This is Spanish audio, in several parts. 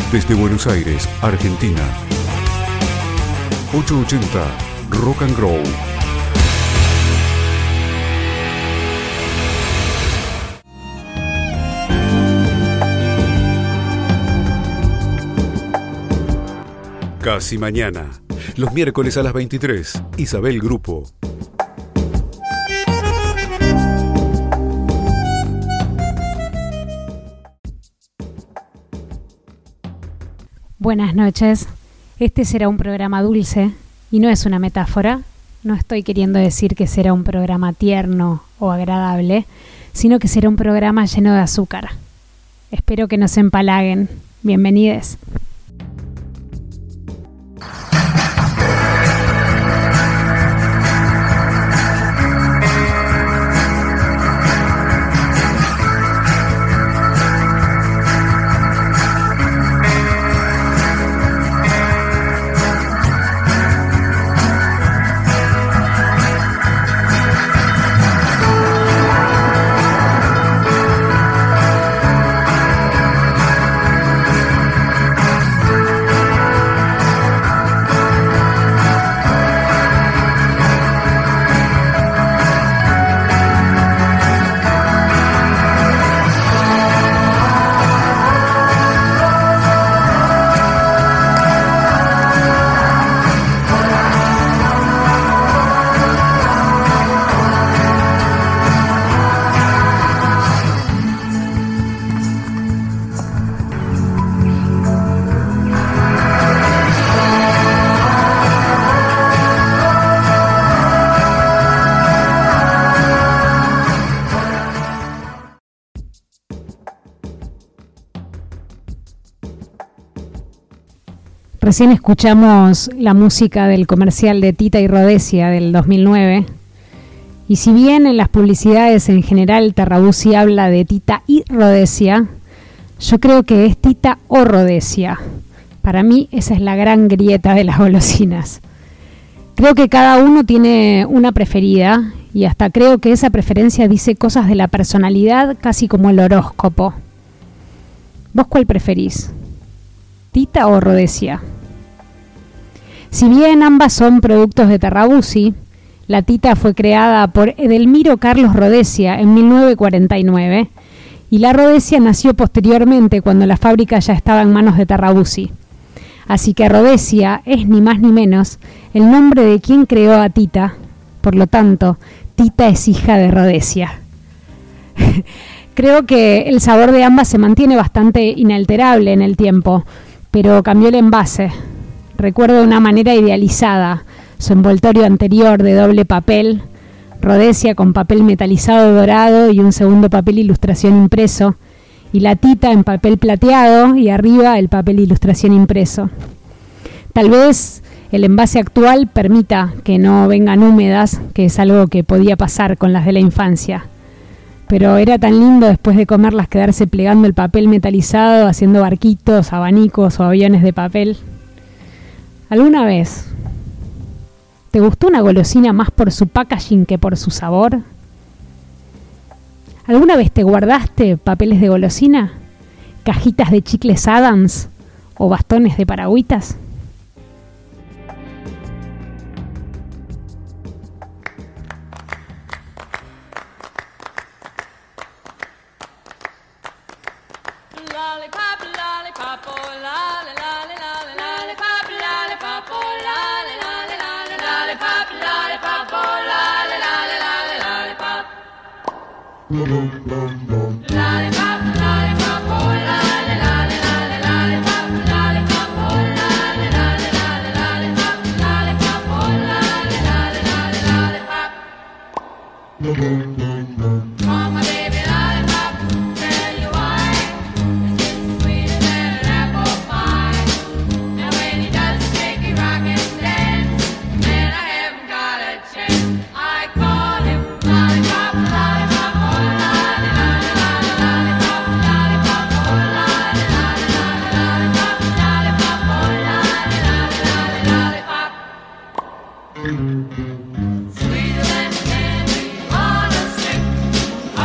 Desde Buenos Aires, Argentina. 880 Rock and Grow. Casi mañana. Los miércoles a las 23. Isabel Grupo. Buenas noches. Este será un programa dulce y no es una metáfora. No estoy queriendo decir que será un programa tierno o agradable, sino que será un programa lleno de azúcar. Espero que no se empalaguen. Bienvenides. Recién escuchamos la música del comercial de Tita y Rhodesia del 2009. Y si bien en las publicidades en general Terrabuzzi habla de Tita y Rhodesia, yo creo que es Tita o Rhodesia. Para mí esa es la gran grieta de las golosinas. Creo que cada uno tiene una preferida y hasta creo que esa preferencia dice cosas de la personalidad casi como el horóscopo. ¿Vos cuál preferís? ¿Tita o Rhodesia? Si bien ambas son productos de Terrabuzzi, la Tita fue creada por Edelmiro Carlos Rhodesia en 1949 y la Rhodesia nació posteriormente cuando la fábrica ya estaba en manos de Terrabuzzi. Así que Rhodesia es ni más ni menos el nombre de quien creó a Tita, por lo tanto, Tita es hija de Rhodesia. Creo que el sabor de ambas se mantiene bastante inalterable en el tiempo, pero cambió el envase. Recuerdo de una manera idealizada su envoltorio anterior de doble papel, Rhodesia con papel metalizado dorado y un segundo papel ilustración impreso, y la Tita en papel plateado y arriba el papel ilustración impreso. Tal vez el envase actual permita que no vengan húmedas, que es algo que podía pasar con las de la infancia. Pero era tan lindo después de comerlas quedarse plegando el papel metalizado, haciendo barquitos, abanicos o aviones de papel. ¿Alguna vez te gustó una golosina más por su packaging que por su sabor? ¿Alguna vez te guardaste papeles de golosina? ¿Cajitas de chicles Adams o bastones de paragüitas? Sweeter than candy on a stick.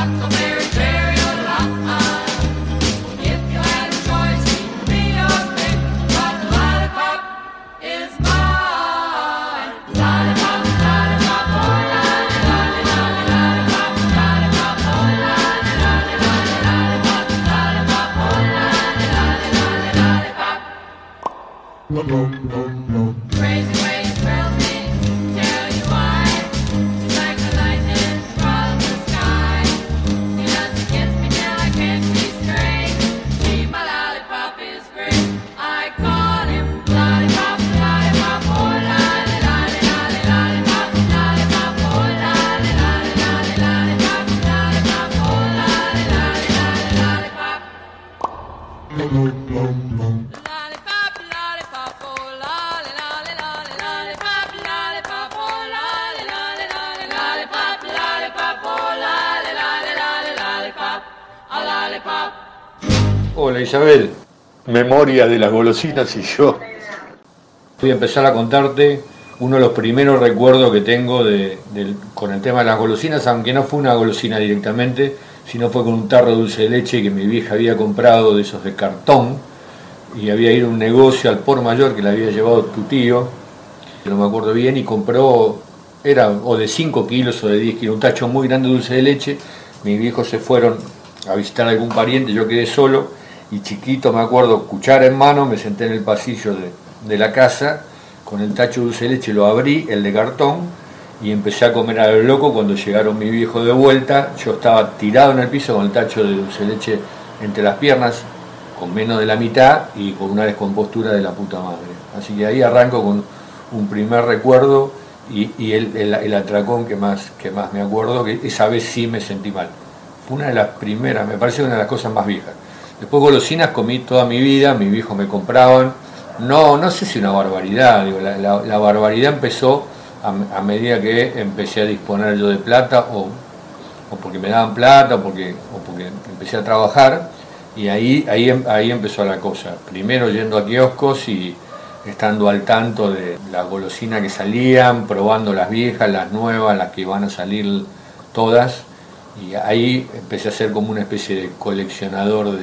Hola Isabel, memoria de las golosinas y yo. Voy a empezar a contarte uno de los primeros recuerdos que tengo con el tema de las golosinas, aunque no fue una golosina directamente, sino fue con un tarro de dulce de leche que mi vieja había comprado de esos de cartón, y había ido a un negocio al por mayor que le había llevado tu tío, no me acuerdo bien, y compró, era o de 5 kilos o de 10 kilos, un tacho muy grande de dulce de leche. Mis viejos se fueron a visitar a algún pariente, yo quedé solo, y chiquito me acuerdo, cuchara en mano, me senté en el pasillo de la casa, con el tacho de dulce de leche, lo abrí, el de cartón, y empecé a comer a lo loco. Cuando llegaron mis viejos de vuelta, yo estaba tirado en el piso con el tacho de dulce de leche entre las piernas, con menos de la mitad y con una descompostura de la puta madre. Así que ahí arranco con un primer recuerdo y el atracón que más me acuerdo, que esa vez sí me sentí mal. Fue una de las primeras, me parece una de las cosas más viejas. Después golosinas comí toda mi vida, mis viejos me compraban, no sé si una barbaridad, digo, la barbaridad empezó a medida que empecé a disponer yo de plata, o porque me daban plata, o porque empecé a trabajar, y ahí empezó la cosa. Primero yendo a kioscos y estando al tanto de las golosinas que salían, probando las viejas, las nuevas, las que iban a salir todas, y ahí empecé a ser como una especie de coleccionador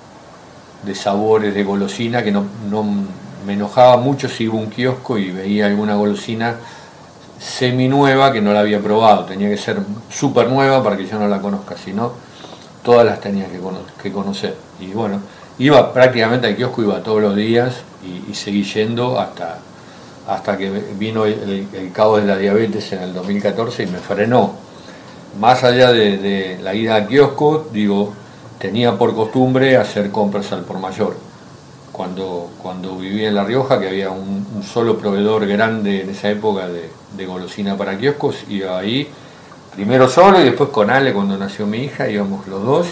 de sabores de golosina, que no me enojaba mucho si iba a un kiosco y veía alguna golosina semi-nueva que no la había probado. Tenía que ser súper nueva para que yo no la conozca, sino todas las tenía que conocer. Y bueno, iba prácticamente al kiosco, iba todos los días y seguí yendo hasta que vino el caos de la diabetes en el 2014 y me frenó. Más allá de la ida al kiosco, digo, tenía por costumbre hacer compras al por mayor. Cuando vivía en La Rioja, que había un solo proveedor grande en esa época de golosina para kioscos, iba ahí, primero solo y después con Ale cuando nació mi hija, íbamos los dos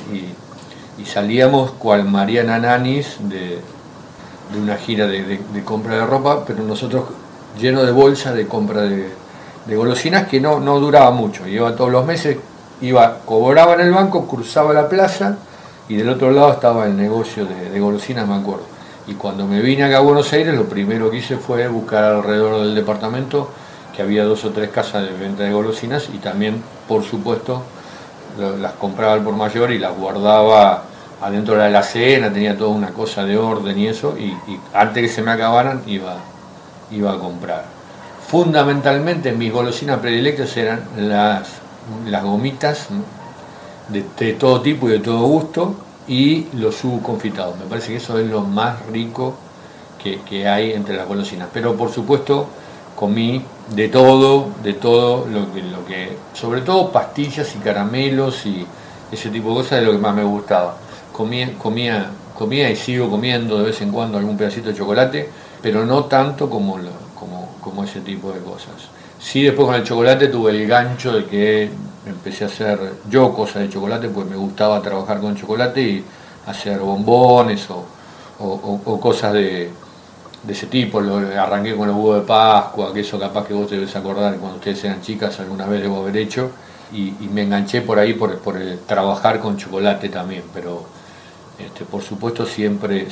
y salíamos cual Mariana Nanis de una gira de compra de ropa, pero nosotros llenos de bolsas de compra de golosinas que no duraba mucho. Iba todos los meses, cobraba en el banco, cruzaba la plaza y del otro lado estaba el negocio de golosinas, me acuerdo. Y cuando me vine acá a Buenos Aires, lo primero que hice fue buscar alrededor del departamento, que había 2 o 3 casas de venta de golosinas, y también, por supuesto, las compraba al por mayor y las guardaba adentro de la alacena. Tenía toda una cosa de orden y eso, y antes que se me acabaran iba a comprar. Fundamentalmente mis golosinas predilectas eran las gomitas, ¿no?, de todo tipo y de todo gusto, y los yugos confitados. Me parece que eso es lo más rico que hay entre las golosinas. Pero por supuesto comí de todo lo que, sobre todo pastillas y caramelos y ese tipo de cosas, es lo que más me gustaba. Comía y sigo comiendo de vez en cuando algún pedacito de chocolate, pero no tanto como ese tipo de cosas. Sí, después con el chocolate tuve el gancho de que empecé a hacer yo cosas de chocolate, pues me gustaba trabajar con chocolate y hacer bombones o cosas de ese tipo. Arranqué con los huevos de Pascua, que eso capaz que vos te debes acordar cuando ustedes eran chicas, alguna vez debo haber hecho, y me enganché por ahí por el trabajar con chocolate también, pero por supuesto siempre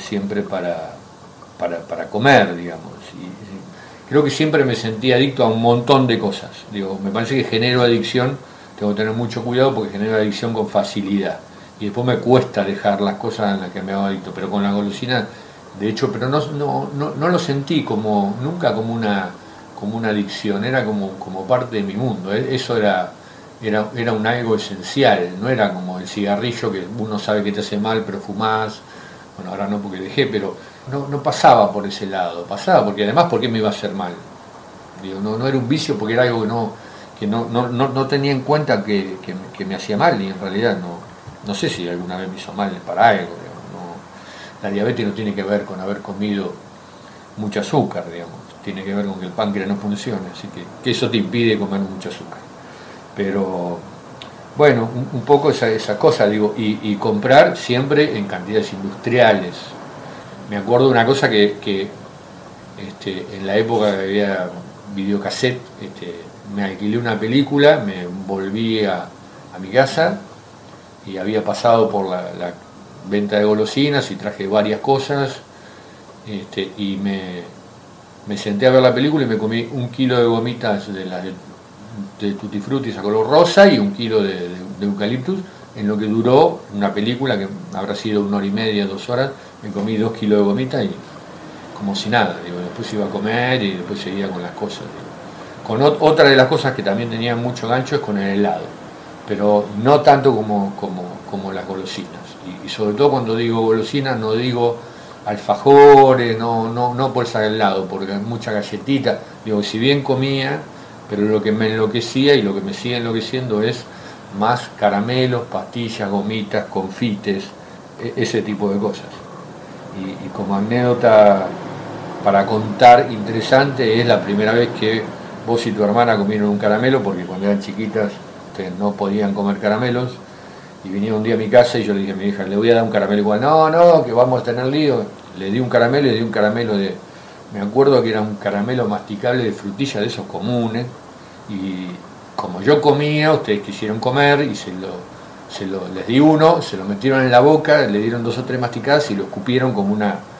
para comer, digamos. Y creo que siempre me sentí adicto a un montón de cosas. Digo, me parece que genero adicción, tengo que tener mucho cuidado porque genero adicción con facilidad. Y después me cuesta dejar las cosas en las que me hago adicto, pero con la golosina, de hecho, pero no lo sentí nunca como una adicción, era como parte de mi mundo. Eso era un algo esencial, no era como el cigarrillo que uno sabe que te hace mal, pero fumás. Bueno, ahora no porque dejé, pero no pasaba por ese lado, pasaba porque además, ¿por qué me iba a hacer mal? Digo, no era un vicio porque era algo que no tenía en cuenta que me hacía mal, y en realidad no sé si alguna vez me hizo mal para algo. La diabetes no tiene que ver con haber comido mucho azúcar, digamos, tiene que ver con que el páncreas no funcione, así que eso te impide comer mucho azúcar. Pero bueno, un poco esa cosa, digo, y comprar siempre en cantidades industriales. Me acuerdo de una cosa que en la época que había videocassette, me alquilé una película, me volví a mi casa y había pasado por venta de golosinas y traje varias cosas, y me senté a ver la película y me comí 1 kilo de gomitas de Tutti Frutti a color rosa y 1 kilo de eucaliptus, en lo que duró una película que habrá sido 1 hora y media, 2 horas. Me comí 2 kilos de gomitas y como si nada, después iba a comer y después seguía con las cosas. Otra de las cosas que también tenía mucho gancho es con el helado, pero no tanto como las golosinas, y sobre todo cuando digo golosinas no digo alfajores, no por ese helado, porque hay mucha galletita, si bien comía, pero lo que me enloquecía y lo que me sigue enloqueciendo es más caramelos, pastillas, gomitas, confites, ese tipo de cosas. Y como anécdota para contar interesante, es la primera vez que vos y tu hermana comieron un caramelo, porque cuando eran chiquitas ustedes no podían comer caramelos, y vinieron un día a mi casa y yo le dije a mi hija, le voy a dar un caramelo igual. No, que vamos a tener lío. Le di un caramelo y le di un caramelo me acuerdo que era un caramelo masticable de frutilla, de esos comunes, y como yo comía, ustedes quisieron comer y les di uno, se lo metieron en la boca, le dieron 2 o 3 masticadas y lo escupieron como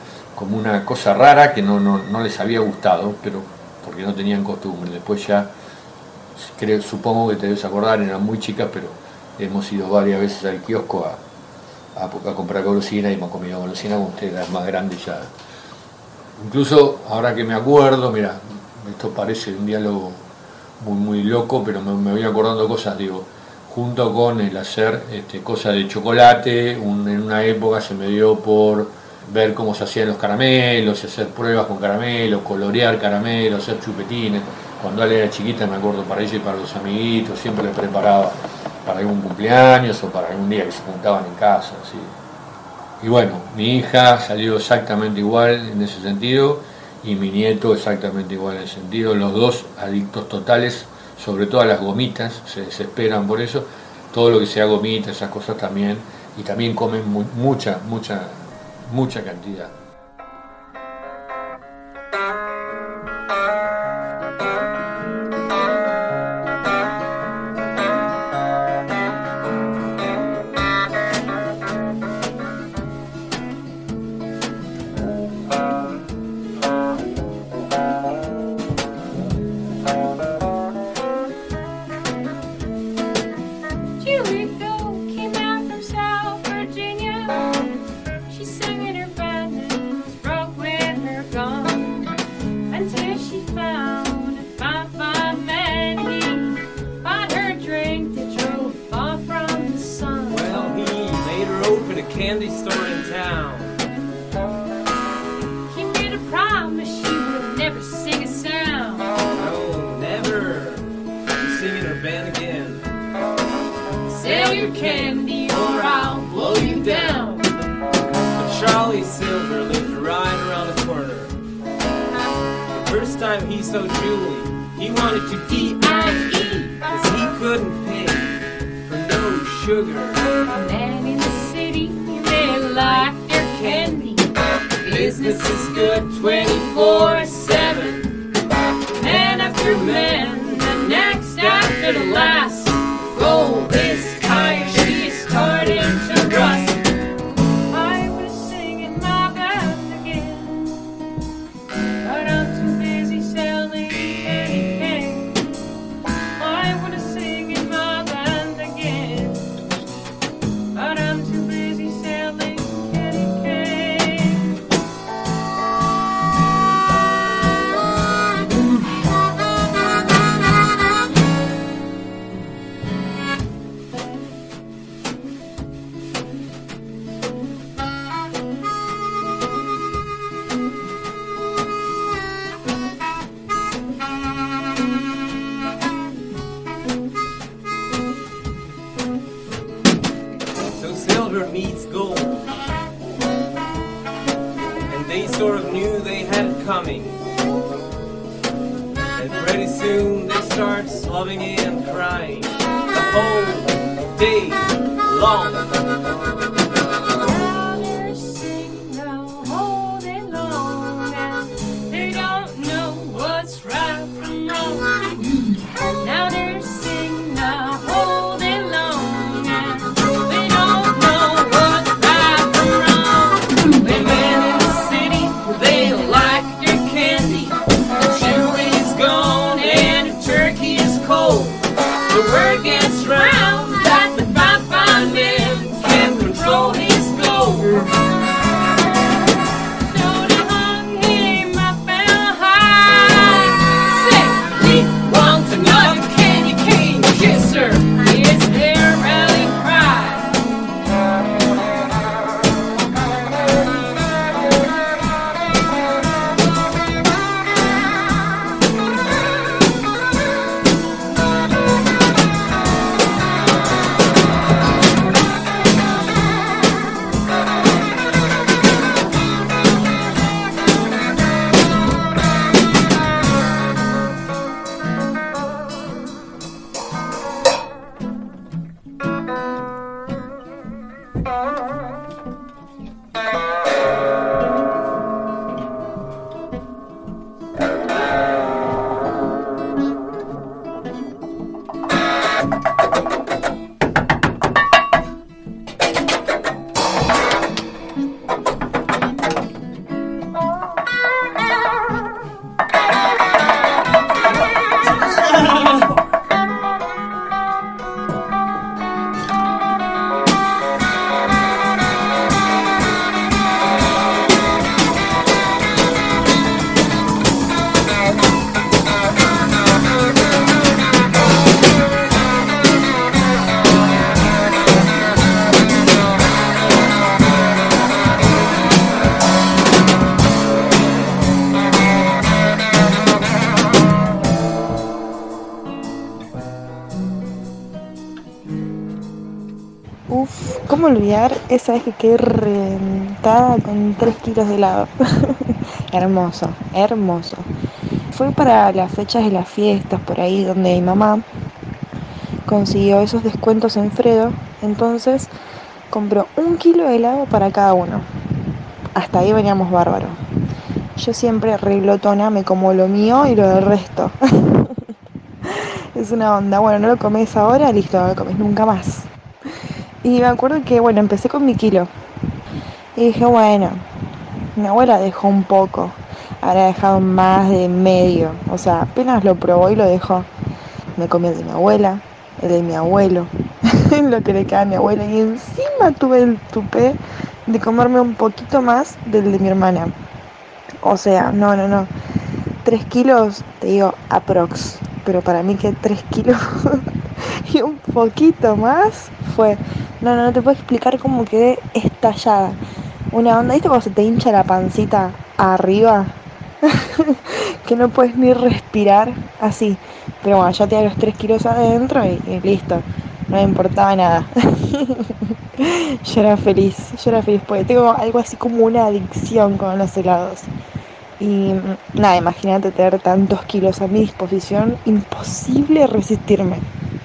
una cosa rara que no les había gustado, pero porque no tenían costumbre. Después ya, supongo que te debes acordar, eran muy chicas, pero hemos ido varias veces al kiosco a comprar golosina y hemos comido golosina con ustedes, las más grandes ya. Incluso, ahora que me acuerdo, mira, esto parece un diálogo muy, muy loco, pero me voy acordando cosas, junto con el hacer cosas de chocolate, en una época se me dio por ver cómo se hacían los caramelos, hacer pruebas con caramelos, colorear caramelos, hacer chupetines. Cuando Ale era chiquita, me acuerdo, para ella y para los amiguitos, siempre les preparaba para algún cumpleaños o para algún día que se juntaban en casa, así. Y bueno, mi hija salió exactamente igual en ese sentido, y mi nieto exactamente igual en ese sentido, los dos adictos totales, sobre todo a las gomitas, se desesperan por eso, todo lo que sea gomitas, esas cosas también, y también comen mucha cantidad. Uf, ¿cómo olvidar esa vez que quedé reventada con 3 kilos de helado? Hermoso, hermoso. Fue para las fechas de las fiestas, por ahí donde mi mamá consiguió esos descuentos en Fredo, entonces compró 1 kilo de helado para cada uno. Hasta ahí veníamos bárbaros. Yo siempre re glotona, me como lo mío y lo del resto. Es una onda, bueno, no lo comes ahora, listo, no lo comes nunca más. Y me acuerdo que, bueno, empecé con mi kilo. Y dije, bueno, mi abuela dejó un poco, habrá dejado más de medio. O sea, apenas lo probó y lo dejó. Me comí el de mi abuela, el de mi abuelo, lo que le queda a mi abuela. Y encima tuve el tupé de comerme un poquito más del de mi hermana. O sea, no. 3 kilos, te digo, aprox. Pero para mí que 3 kilos y un poquito más fue... No te puedo explicar cómo quedé estallada. Una onda, ¿viste cuando se te hincha la pancita arriba? Que no puedes ni respirar, así. Pero bueno, ya tenía los 3 kilos adentro y listo. No me importaba nada. Yo era feliz porque tengo algo así como una adicción con los helados. Y nada, imagínate tener tantos kilos a mi disposición, imposible resistirme.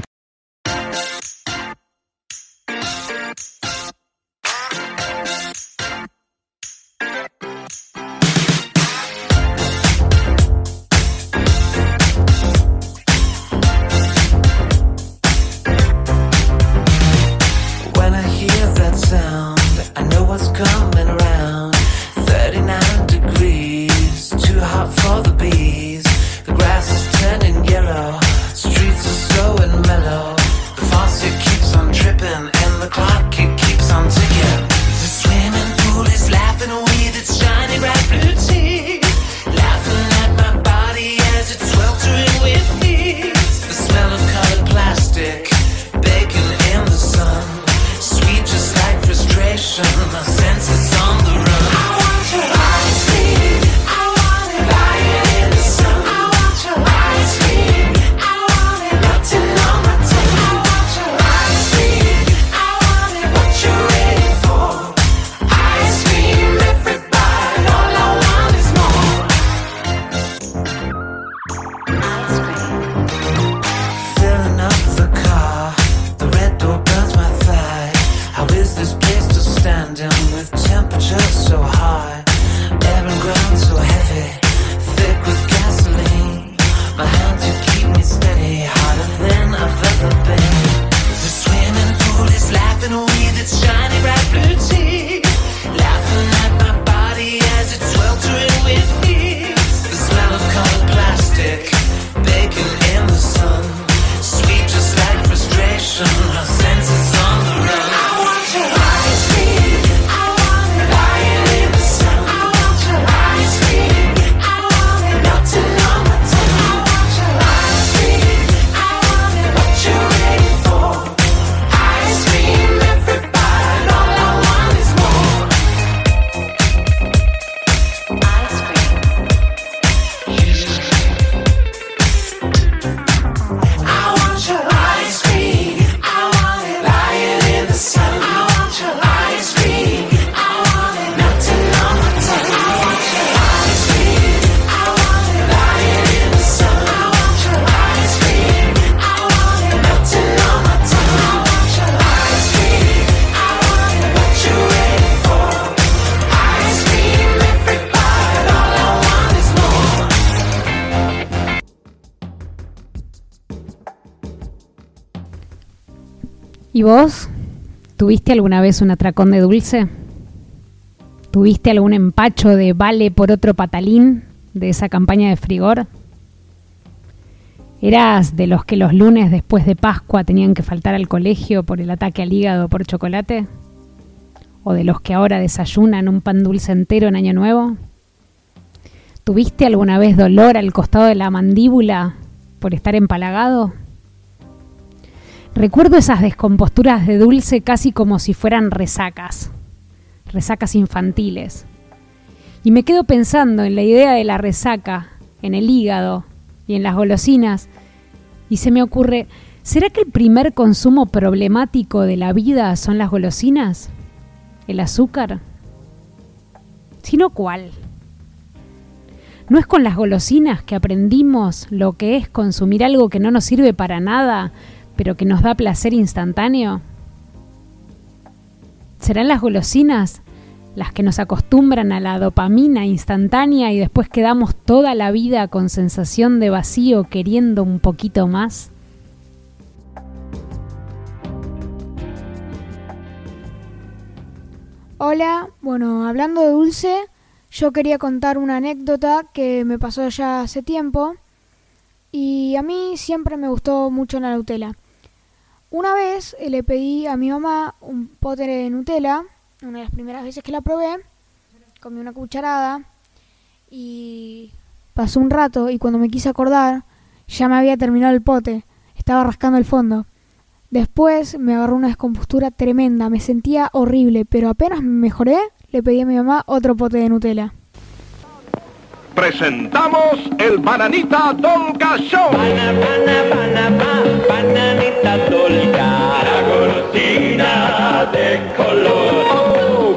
¿Y vos? ¿Tuviste alguna vez un atracón de dulce? ¿Tuviste algún empacho de vale por otro patalín de esa campaña de Frigor? ¿Eras de los que los lunes después de Pascua tenían que faltar al colegio por el ataque al hígado por chocolate? ¿O de los que ahora desayunan un pan dulce entero en Año Nuevo? ¿Tuviste alguna vez dolor al costado de la mandíbula por estar empalagado? Recuerdo esas descomposturas de dulce casi como si fueran resacas infantiles. Y me quedo pensando en la idea de la resaca, en el hígado y en las golosinas, y se me ocurre, ¿Será que el primer consumo problemático de la vida son las golosinas? ¿El azúcar? Si no, ¿cuál? ¿No es con las golosinas que aprendimos lo que es consumir algo que no nos sirve para nada, pero que nos da placer instantáneo? ¿Serán las golosinas las que nos acostumbran a la dopamina instantánea y después quedamos toda la vida con sensación de vacío queriendo un poquito más? Hola, bueno, hablando de dulce, yo quería contar una anécdota que me pasó ya hace tiempo y a mí siempre me gustó mucho la Nutella. Una vez le pedí a mi mamá un pote de Nutella, una de las primeras veces que la probé, comí una cucharada y pasó un rato y cuando me quise acordar ya me había terminado el pote, estaba rascando el fondo. Después me agarró una descompostura tremenda, me sentía horrible, pero apenas me mejoré, le pedí a mi mamá otro pote de Nutella. Presentamos el Bananita Dolca Show. Bananita Dolca, la golosina de color. Oh,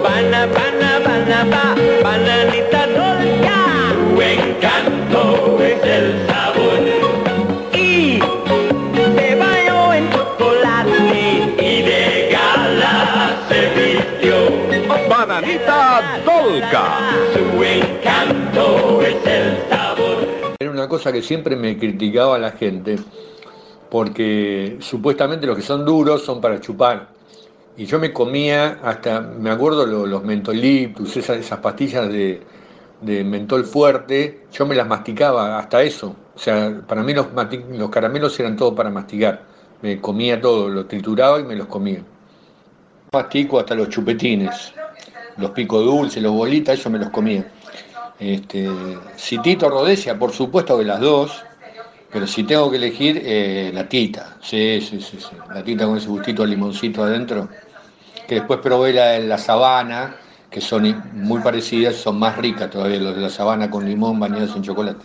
bananita Dolca, tu encanto es el sabor. Y te baño en chocolate y de gala se vistió. Bananita Dolca, su encanto es el sabor. Era una cosa que siempre me criticaba la gente, porque supuestamente los que son duros son para chupar. Y yo me comía hasta, me acuerdo los mentoliptus, esas pastillas de mentol fuerte, yo me las masticaba hasta eso. O sea, para mí los caramelos eran todo para masticar. Me comía todo, lo trituraba y me los comía. Mastico hasta los chupetines, los picos dulces, los bolitas, eso me los comía. Si Tito Rodesia, por supuesto que las dos, pero si tengo que elegir, la Tita. Sí. La Tita con ese gustito de limoncito adentro. Que después probé la Sabana, que son muy parecidas, son más ricas todavía, los de la Sabana con limón bañados en chocolate.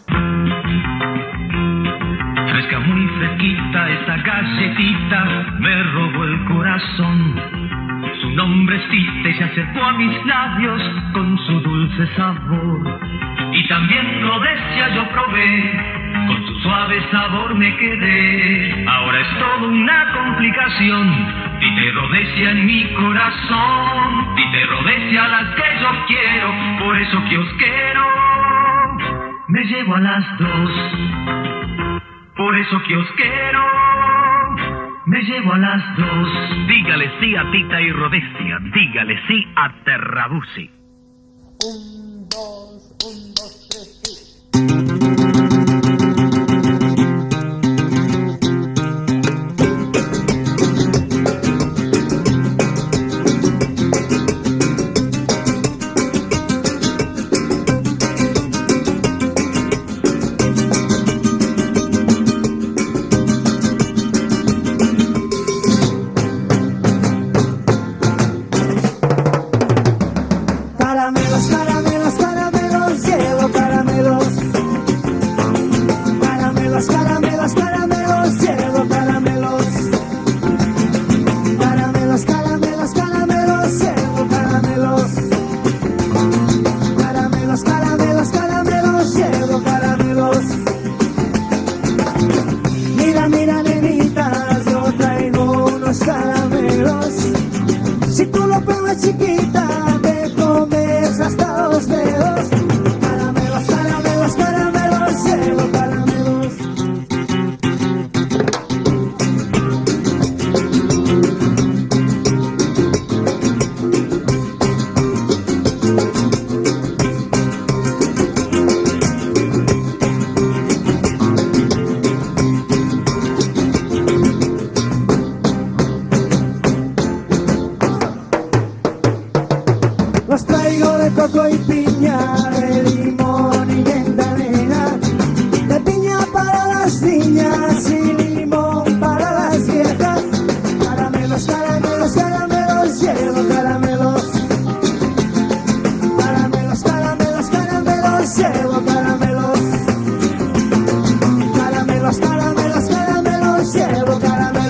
Fresca, muy fresquita, esa galletita me robó el corazón. Su nombre es Tita y se acercó a mis labios con su dulce sabor. Y también Rodesia yo probé, con su suave sabor me quedé. Ahora es todo una complicación. Tita y Rodesia en mi corazón. Tita y Rodesia las que yo quiero, por eso que os quiero. Me llevo a las dos, por eso que os quiero. Me llevo a las dos. Dígale sí a Tita y Rodesia, dígale sí a Terrabusi. 1, 2, 3, sí. Caramelos, caramelos, caramelos, llevo caramelos.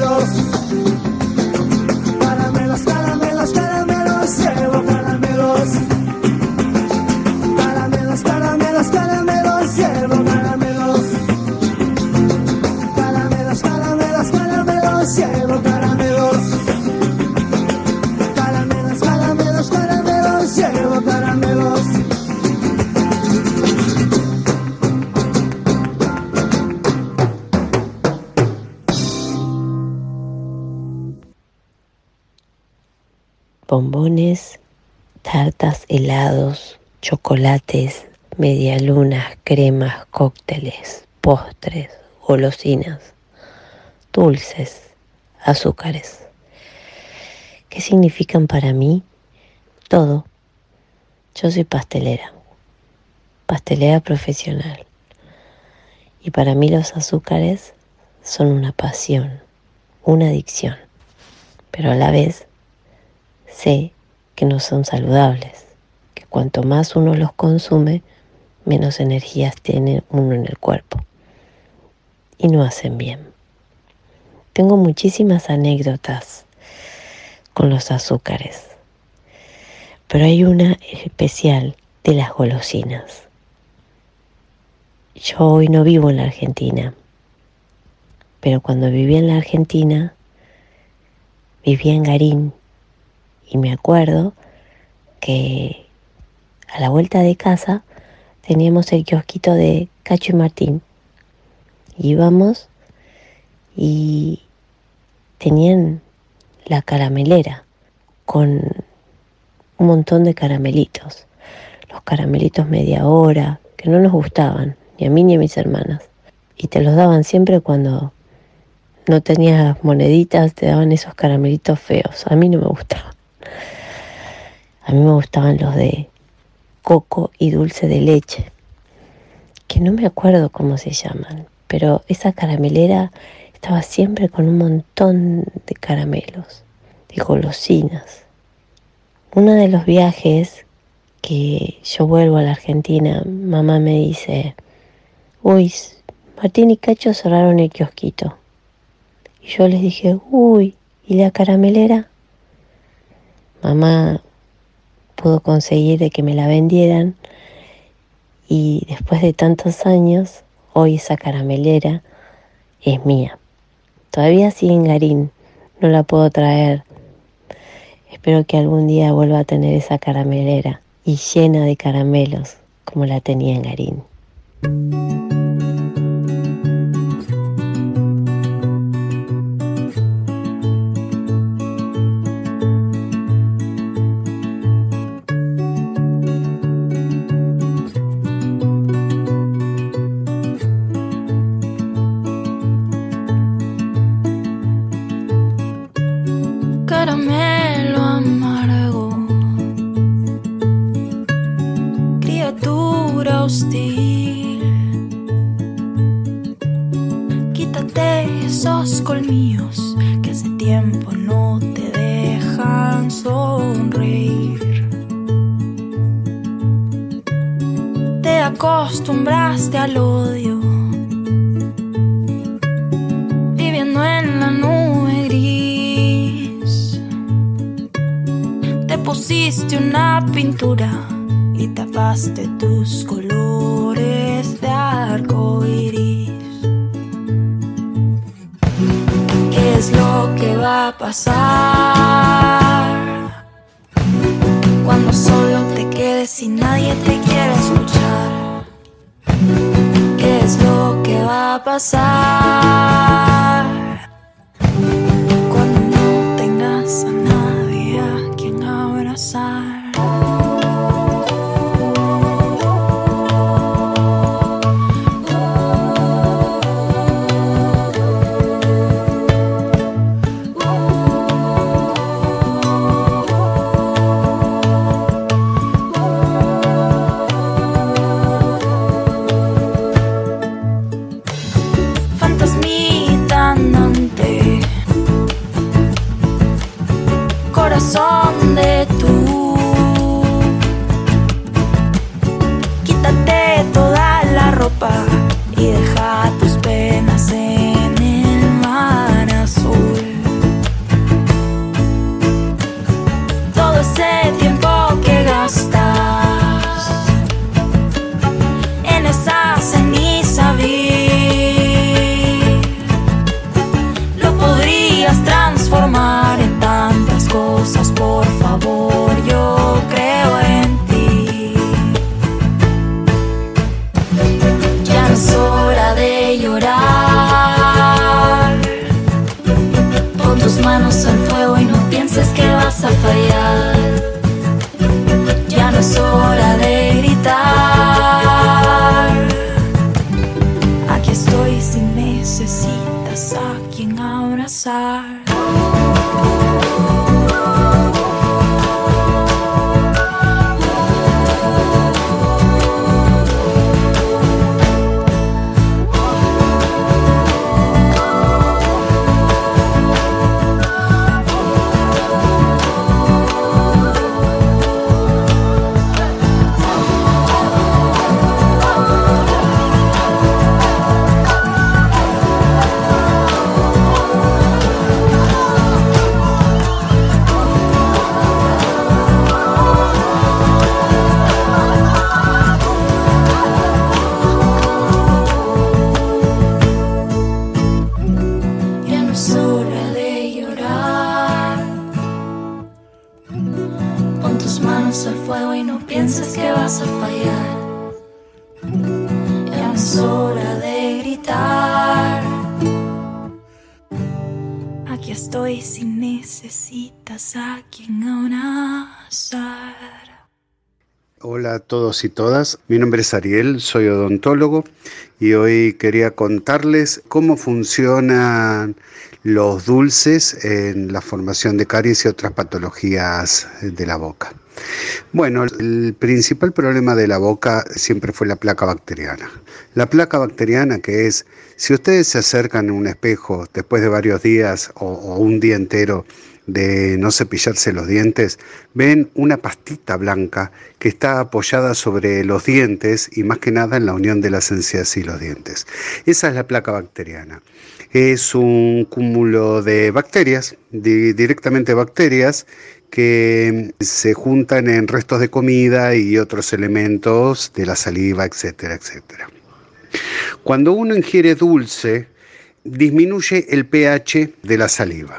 bombones, tartas, helados, chocolates, medialunas, cremas, cócteles, postres, golosinas, dulces, azúcares. ¿Qué significan para mí? Todo. Yo soy pastelera profesional. Y para mí los azúcares son una pasión, una adicción. Pero a la vez sé que no son saludables, que cuanto más uno los consume, menos energías tiene uno en el cuerpo. Y no hacen bien. Tengo muchísimas anécdotas con los azúcares, pero hay una especial de las golosinas. Yo hoy no vivo en la Argentina, pero cuando vivía en la Argentina, vivía en Garín y me acuerdo que a la vuelta de casa teníamos el kiosquito de Cacho y Martín. Íbamos y tenían la caramelera con un montón de caramelitos. Los caramelitos media hora, que no nos gustaban, ni a mí ni a mis hermanas. Y te los daban siempre cuando no tenías moneditas, te daban esos caramelitos feos. A mí no me gustaban. A mí me gustaban los de coco y dulce de leche, que no me acuerdo cómo se llaman, pero esa caramelera estaba siempre con un montón de caramelos, de golosinas. Uno de los viajes que yo vuelvo a la Argentina, mamá me dice: uy, Martín y Cacho cerraron el kiosquito. Y yo les dije: uy, ¿y la caramelera? Mamá pudo conseguir de que me la vendieran y después de tantos años, hoy esa caramelera es mía. Todavía sigue en Garín, no la puedo traer. Espero que algún día vuelva a tener esa caramelera y llena de caramelos como la tenía en Garín. Caramelo amargo, criatura hostil, quítate esos colmillos que hace tiempo no te dejan sonreír. Te acostumbraste al odio, viviendo en la nube gris. Te pusiste una pintura y tapaste tus colores de arco iris. ¿Qué es lo que va a pasar cuando solo te quedes y nadie te quiera escuchar? ¿Qué es lo que va a pasar cuando no tengas a nadie a quien abrazar? Fantasmita andante, corazón de tú, quítate toda la ropa y deja tus penas en el mar azul. Todo ese tiempo que gastas en esa ceniza vil, lo podrías transformar en tantas cosas, por favor. manos al fuego y no pienses que vas a fallar. Ya no es hora de gritar. Aquí estoy si necesitas a quien abrazar. Hola a todos y todas, mi nombre es Ariel, soy odontólogo y hoy quería contarles cómo funcionan los dulces en la formación de caries y otras patologías de la boca. Bueno, el principal problema de la boca siempre fue la placa bacteriana. La placa bacteriana, que es, si ustedes se acercan a un espejo después de varios días o un día entero de no cepillarse los dientes, ven una pastita blanca que está apoyada sobre los dientes y más que nada en la unión de las encías y los dientes. Esa es la placa bacteriana. Es un cúmulo de bacterias, directamente bacterias, que se juntan en restos de comida y otros elementos de la saliva, etcétera, etcétera. Cuando uno ingiere dulce, disminuye el pH de la saliva.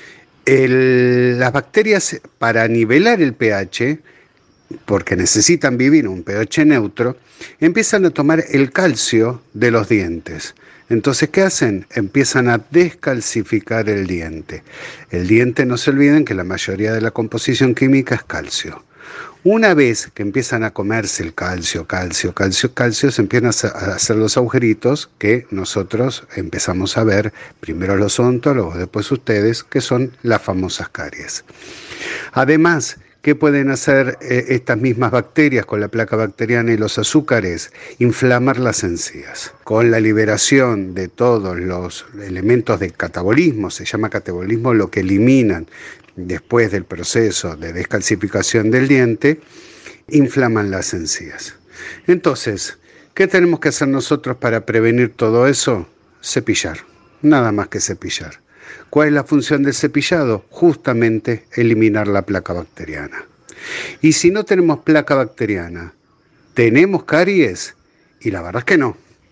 Las bacterias, para nivelar el pH, porque necesitan vivir en un pH neutro, empiezan a tomar el calcio de los dientes. Entonces, ¿qué hacen? Empiezan a descalcificar el diente. El diente, no se olviden que la mayoría de la composición química es calcio. Una vez que empiezan a comerse el calcio, se empiezan a hacer los agujeritos que nosotros empezamos a ver, primero los odontólogos, después ustedes, que son las famosas caries. Además, ¿qué pueden hacer estas mismas bacterias con la placa bacteriana y los azúcares? Inflamar las encías. Con la liberación de todos los elementos de catabolismo, se llama catabolismo lo que eliminan después del proceso de descalcificación del diente, inflaman las encías. Entonces, ¿qué tenemos que hacer nosotros para prevenir todo eso? Cepillar, nada más que cepillar. ¿Cuál es la función del cepillado? Justamente eliminar la placa bacteriana. Y si no tenemos placa bacteriana, ¿tenemos caries? Y la verdad es que no.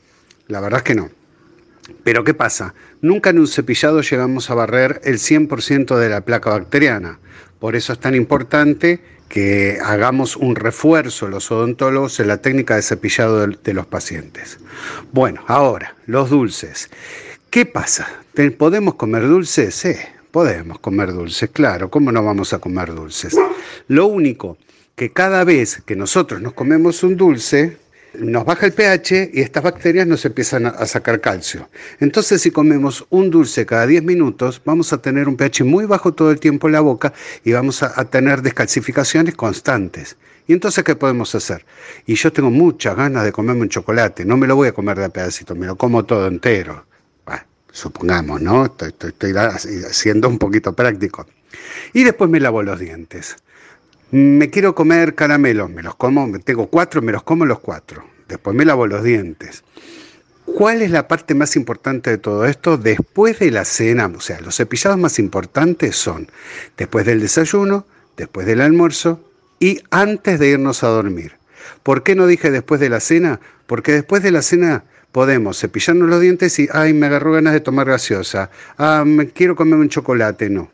Pero ¿qué pasa? Nunca en un cepillado llegamos a barrer el 100% de la placa bacteriana. Por eso es tan importante que hagamos un refuerzo los odontólogos en la técnica de cepillado de los pacientes. Bueno, ahora, los dulces. ¿Qué pasa? ¿Podemos comer dulces? Sí, podemos comer dulces, claro. ¿Cómo no vamos a comer dulces? Lo único que cada vez que nosotros nos comemos un dulce, nos baja el pH y estas bacterias nos empiezan a sacar calcio. Entonces, si comemos un dulce cada 10 minutos, vamos a tener un pH muy bajo todo el tiempo en la boca y vamos a tener descalcificaciones constantes. ¿Y entonces qué podemos hacer? Y yo tengo muchas ganas de comerme un chocolate. No me lo voy a comer de a pedacito, me lo como todo entero. Bueno, supongamos, ¿no? Estoy siendo un poquito práctico. Y después me lavo los dientes. Me quiero comer caramelos, me los como, tengo 4, me los como los 4. Después me lavo los dientes. ¿Cuál es la parte más importante de todo esto? Después de la cena, o sea, los cepillados más importantes son después del desayuno, después del almuerzo y antes de irnos a dormir. ¿Por qué no dije después de la cena? Porque después de la cena podemos cepillarnos los dientes y, ay, me agarró ganas de tomar gaseosa, me quiero comer un chocolate. No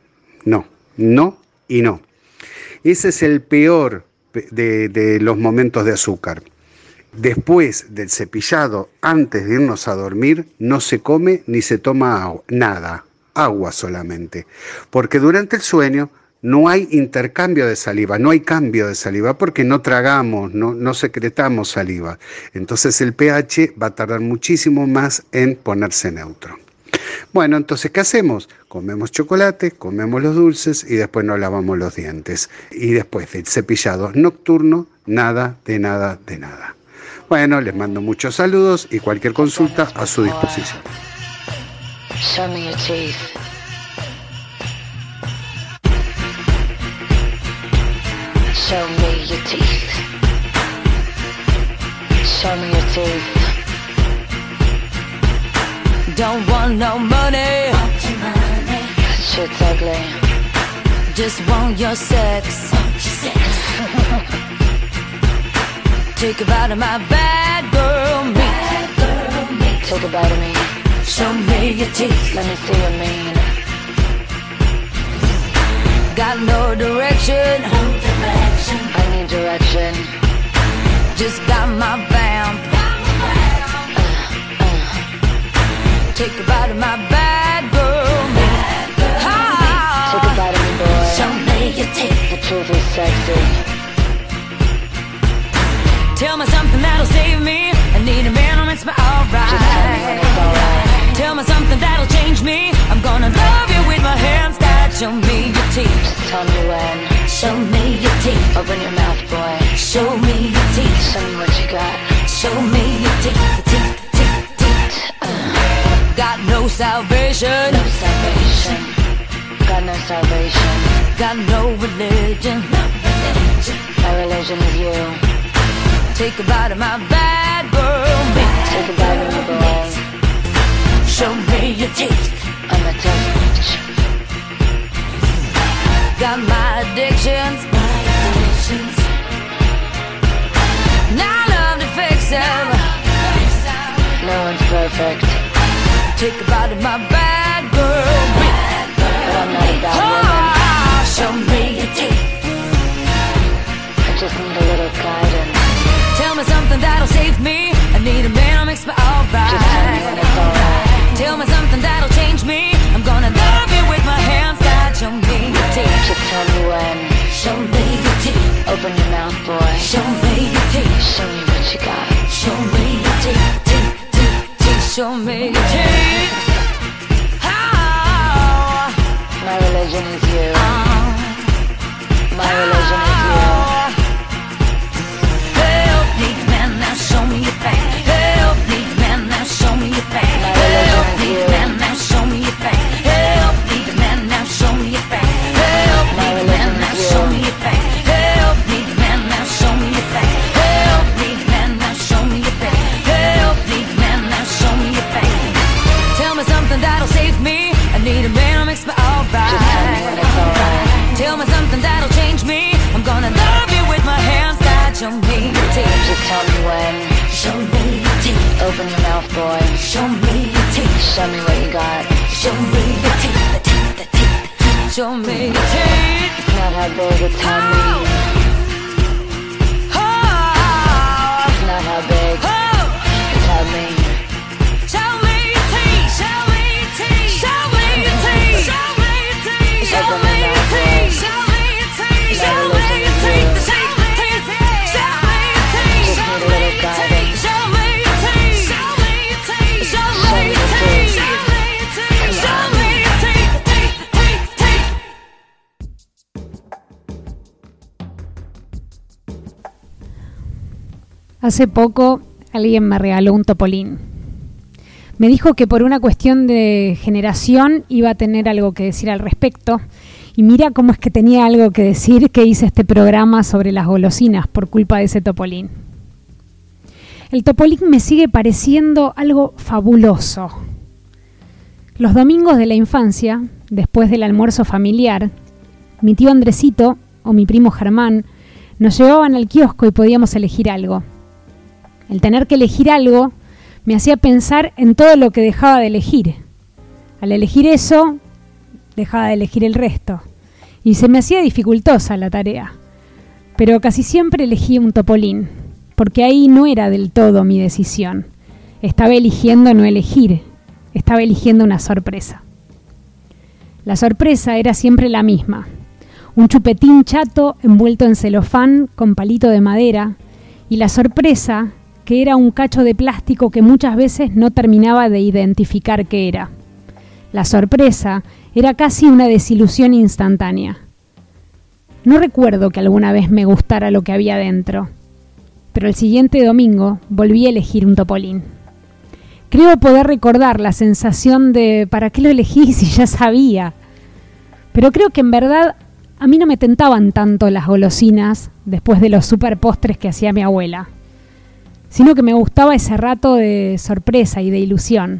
y no. Ese es el peor de los momentos de azúcar. Después del cepillado, antes de irnos a dormir, no se come ni se toma nada, agua solamente. Porque durante el sueño no hay intercambio de saliva, no hay cambio de saliva porque no tragamos, no secretamos saliva. Entonces el pH va a tardar muchísimo más en ponerse neutro. Bueno, entonces, ¿qué hacemos? Comemos chocolate, comemos los dulces y después nos lavamos los dientes. Y después del cepillado nocturno, nada. Bueno, les mando muchos saludos y cualquier consulta a su disposición. Show me your teeth. Show me your teeth. Show me your teeth. Don't want no money. Shit's ugly. Just want your sex. Take a bite of my bad girl meat. Take a bite of me. Show me your teeth. Let me see your mean. Got no direction. I any direction. Just got my vamp. Take a bite of my bad girl. Take a bite of me, boy. Show me your teeth. The truth is sexy. Tell me something that'll save me. I need a man who makes me alright. Just tell me when it's alright. Tell me something that'll change me. I'm gonna love you with my hands tied. Show me your teeth. Just tell me when. Show me your teeth. Open your mouth, boy. Show me your teeth. Show me what you got. Show me your teeth. The teeth, teeth, teeth. Got no salvation. No salvation. Got no salvation. Got no religion. My religion is you. Take a bite of my bad girl. Take a bite of me, boy. Show me your teeth. I'm a tough bitch. Got my addictions. Now I love to fix them. No one's perfect. Take a bite of my bad girl. But I'm not a bad woman. Show me your teeth. I just need a little guidance. Tell me something that'll save me. I need a man who makes me alright. Just tell me when it's alright. Tell me something that'll change me. I'm gonna love you with my hands tied. Show me your teeth. Just tell me when. Show me your teeth. Open your mouth, boy. Show me your teeth. Show me what you got. Show me your teeth. Teeth, teeth, teeth. Show me your teeth. Oh. My religion is you. My religion is you. Help me, man, now show me your face. Help me, man, now show me your face. My religion Help is me, you. man, now show me your face. Help me, man, now show me your face. Help me, man, now show me your face. Help me, man, now show me your face. Help me, man, now show me your face. Help me, man, now show me your face. Tell me something that'll save me. I need a man who makes me alright. Just tell me when it's alright. Tell me something that'll change me. I'm gonna love you with my hands tied. Show me your teeth. Just tell me when. Show me your teeth. Open your mouth, boy. Show me your teeth. Show me what you got. Show me your teeth. The teeth, the teeth. Show me your teeth. It's not how big, it's how mean. Oh. It's not how big, Oh. it's how mean. Show me your teeth. Show me your teeth. Show me your teeth. Show me your teeth. Show me your teeth. Show me your teeth. Show me your teeth. The teeth, the teeth. Show me your teeth. Just need a little guidance. Show me your teeth. Show me your teeth. Show me your teeth. Show me your teeth. Show me your teeth. The teeth, the teeth, teeth. Hace poco alguien me regaló un topolín. Me dijo que por una cuestión de generación iba a tener algo que decir al respecto. Y mira cómo es que tenía algo que decir, que hice este programa sobre las golosinas por culpa de ese topolín. El topolín me sigue pareciendo algo fabuloso. Los domingos de la infancia, después del almuerzo familiar, mi tío Andresito o mi primo Germán nos llevaban al kiosco y podíamos elegir algo. El tener que elegir algo me hacía pensar en todo lo que dejaba de elegir. Al elegir eso, dejaba de elegir el resto. Y se me hacía dificultosa la tarea. Pero casi siempre elegí un topolín, porque ahí no era del todo mi decisión. Estaba eligiendo no elegir, estaba eligiendo una sorpresa. La sorpresa era siempre la misma. Un chupetín chato envuelto en celofán con palito de madera, y la sorpresa que era un cacho de plástico que muchas veces no terminaba de identificar qué era. La sorpresa era casi una desilusión instantánea. No recuerdo que alguna vez me gustara lo que había dentro, pero el siguiente domingo volví a elegir un topolín. Creo poder recordar la sensación de ¿para qué lo elegí si ya sabía? Pero creo que en verdad a mí no me tentaban tanto las golosinas después de los super postres que hacía mi abuela, sino que me gustaba ese rato de sorpresa y de ilusión.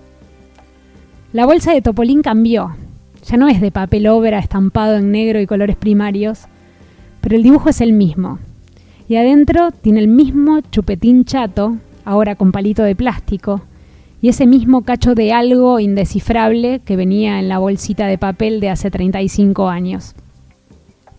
La bolsa de topolín cambió. Ya no es de papel obra estampado en negro y colores primarios, pero el dibujo es el mismo. Y adentro tiene el mismo chupetín chato, ahora con palito de plástico, y ese mismo cacho de algo indescifrable que venía en la bolsita de papel de hace 35 años.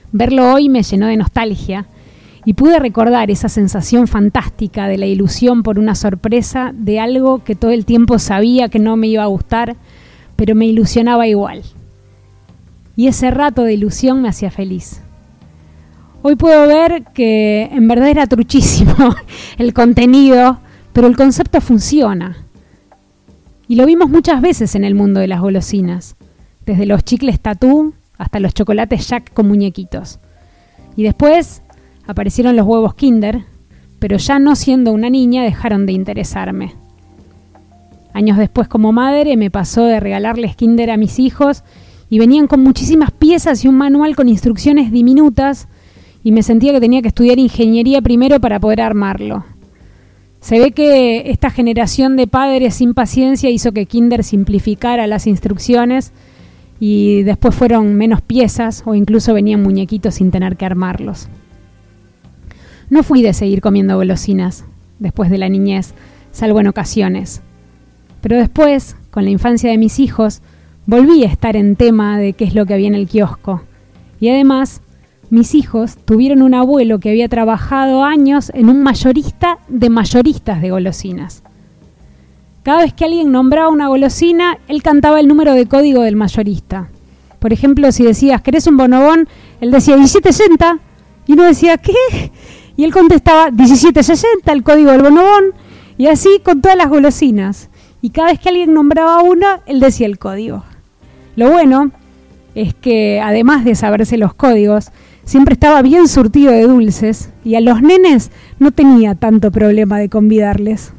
Verlo hoy me llenó de nostalgia y pude recordar esa sensación fantástica de la ilusión por una sorpresa de algo que todo el tiempo sabía que no me iba a gustar, pero me ilusionaba igual. Y ese rato de ilusión me hacía feliz. Hoy puedo ver que en verdad era truchísimo el contenido, pero el concepto funciona. Y lo vimos muchas veces en el mundo de las golosinas, desde los chicles Tatú hasta los chocolates Jack con muñequitos. Y después aparecieron los huevos Kinder, pero ya no siendo una niña dejaron de interesarme. Años después, como madre, me pasó de regalarles Kinder a mis hijos y venían con muchísimas piezas y un manual con instrucciones diminutas y me sentía que tenía que estudiar ingeniería primero para poder armarlo. Se ve que esta generación de padres sin paciencia hizo que Kinder simplificara las instrucciones y después fueron menos piezas o incluso venían muñequitos sin tener que armarlos. No fui de seguir comiendo golosinas después de la niñez, salvo en ocasiones. Pero después, con la infancia de mis hijos, volví a estar en tema de qué es lo que había en el kiosco. Y además, mis hijos tuvieron un abuelo que había trabajado años en un mayorista de mayoristas de golosinas. Cada vez que alguien nombraba una golosina, él cantaba el número de código del mayorista. Por ejemplo, si decías, ¿querés un bonobón? Él decía 1760 y uno decía, ¿qué? Y él contestaba 1760, el código del bonobón, y así con todas las golosinas. Y cada vez que alguien nombraba una, él decía el código. Lo bueno es que, además de saberse los códigos, siempre estaba bien surtido de dulces y a los nenes no tenía tanto problema de convidarles.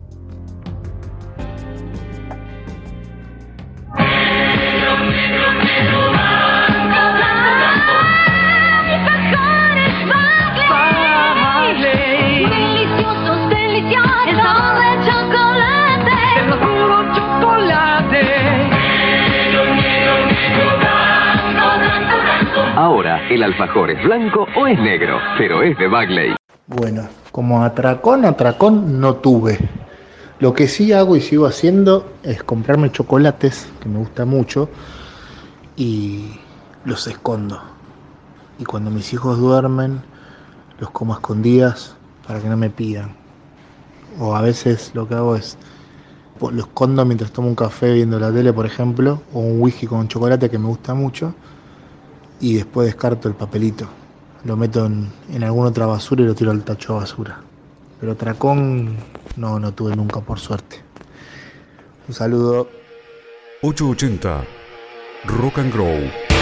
Ahora, ¿el alfajor es blanco o es negro? Pero es de Bagley. Bueno, como atracón no tuve. Lo que sí hago y sigo haciendo es comprarme chocolates, que me gusta mucho, y los escondo. Y cuando mis hijos duermen, los como a escondidas para que no me pidan. O a veces lo que hago es, lo escondo mientras tomo un café viendo la tele, por ejemplo, o un whisky con chocolate que me gusta mucho, y después descarto el papelito. Lo meto en alguna otra basura y lo tiro al tacho de basura. Pero atracón no tuve nunca, por suerte. Un saludo. 880 Rock and Grow.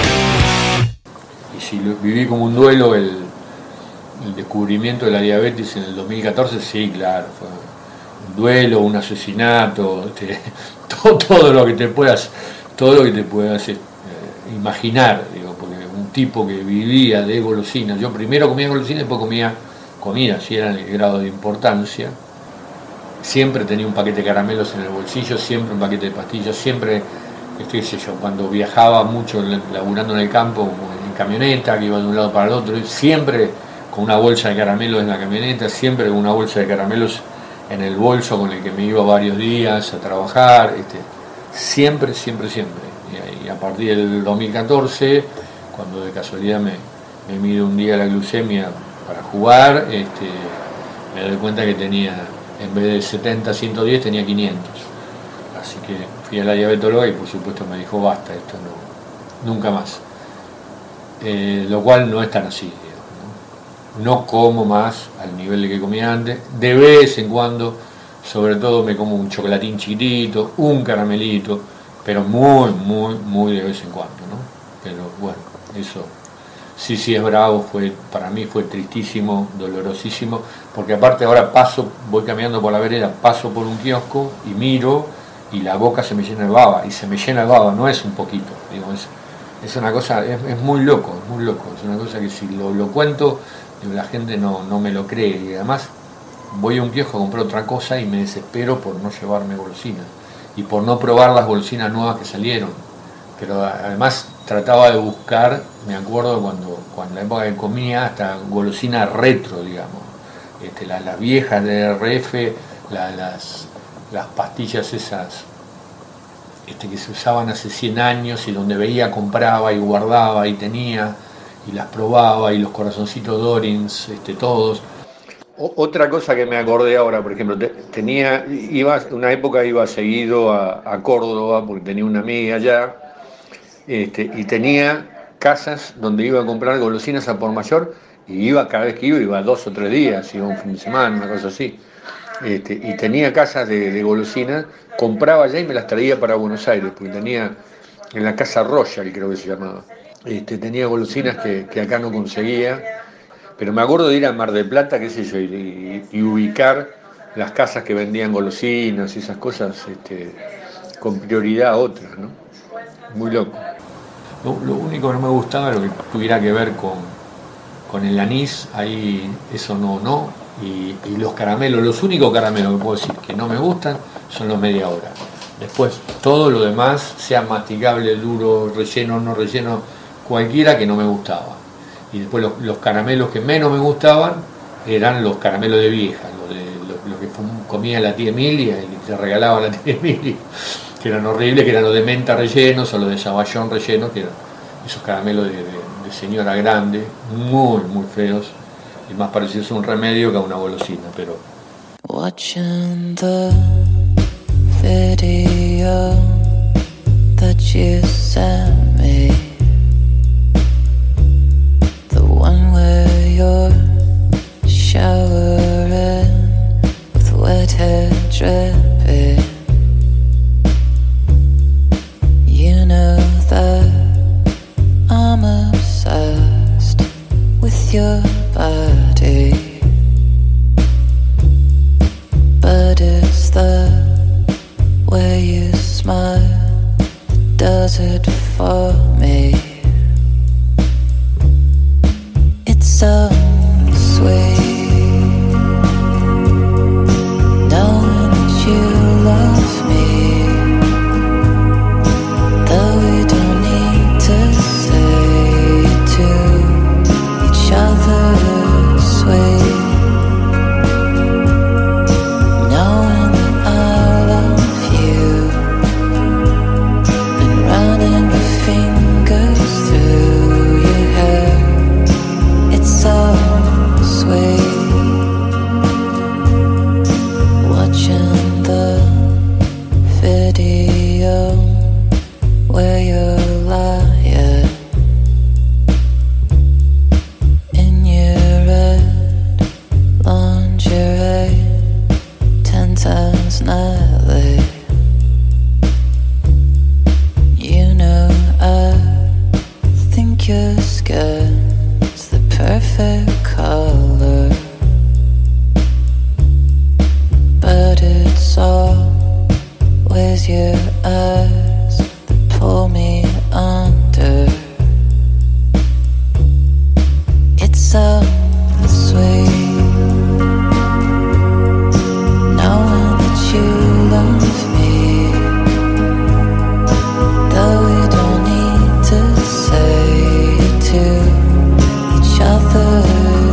Y si viví como un duelo el descubrimiento de la diabetes en el 2014, sí, claro, fue un duelo, un asesinato, todo lo que te puedas imaginar, digo, porque un tipo que vivía de golosinas, yo primero comía golosinas, después comía comida, si era en el grado de importancia, siempre tenía un paquete de caramelos en el bolsillo, siempre un paquete de pastillas, siempre, qué sé yo, cuando viajaba mucho laburando en el campo, en camioneta, que iba de un lado para el otro, siempre con una bolsa de caramelos en la camioneta, siempre con una bolsa de caramelos en el bolso con el que me iba varios días a trabajar, siempre. Y a partir del 2014, cuando de casualidad me mido un día la glucemia para jugar, me doy cuenta que tenía, en vez de 70, 110, tenía 500. Así que fui a la diabetóloga y por supuesto me dijo, basta, esto nunca más. Lo cual no es tan así, no como más al nivel de que comía antes. De vez en cuando, sobre todo, me como un chocolatín chiquitito, un caramelito, pero muy de vez en cuando, ¿no? Pero bueno, eso sí es bravo, para mí fue tristísimo, dolorosísimo, porque aparte ahora voy caminando por la vereda, paso por un kiosco y miro y la boca se me llena de baba, y se me llena de baba, no es un poquito, digo, es una cosa, es muy loco, es una cosa que si lo cuento, la gente no me lo cree, y además voy a un kiosco a comprar otra cosa y me desespero por no llevarme golosinas y por no probar las golosinas nuevas que salieron, pero además trataba de buscar, me acuerdo cuando en la época que comía, hasta golosinas retro, digamos, las viejas de RF, las pastillas esas que se usaban hace 100 años y donde veía compraba y guardaba y tenía, las probaba, y los corazoncitos Dorins, todos. Otra cosa que me acordé ahora, por ejemplo, una época iba seguido a Córdoba porque tenía una amiga allá, y tenía casas donde iba a comprar golosinas a por mayor, y cada vez que iba 2 o 3 días, iba un fin de semana, una cosa así. Y tenía casas de golosinas, compraba allá y me las traía para Buenos Aires, porque tenía en la casa Royal, creo que se llamaba. Tenía golosinas que acá no conseguía, pero me acuerdo de ir a Mar del Plata, qué sé yo, y ubicar las casas que vendían golosinas y esas cosas con prioridad a otras, ¿no? Muy loco. Lo único que no me gustaba era lo que tuviera que ver con el anís, ahí eso no, y los caramelos, los únicos caramelos que puedo decir que no me gustan son los media hora. Después, todo lo demás, sea masticable, duro, relleno, no relleno, cualquiera, que no me gustaba. Y después los caramelos que menos me gustaban eran los caramelos de vieja, lo que comía la tía Emilia y que se regalaba la tía Emilia, que eran horribles, que eran los de menta rellenos o los de saballón rellenos, que eran esos caramelos de señora grande, muy, muy feos, y más parecidos a un remedio que a una golosina, pero... Watching the video that you sent me, the one where you're showering with wet hair dripping. You know that I'm obsessed with your body, but it's the way you smile that does it for me. It's so sweet knowing that you love me, though we don't need to say it to each other. Sweet knowing that I love you and running my fingers through your hair. It's so sweet watching the video where you're lying in your red lingerie, 10 times nightly. You know I think your skin's the perfect color, but it's always your eyes that pull me under. It's so sweet knowing that you love me, though we don't need to say it to each other.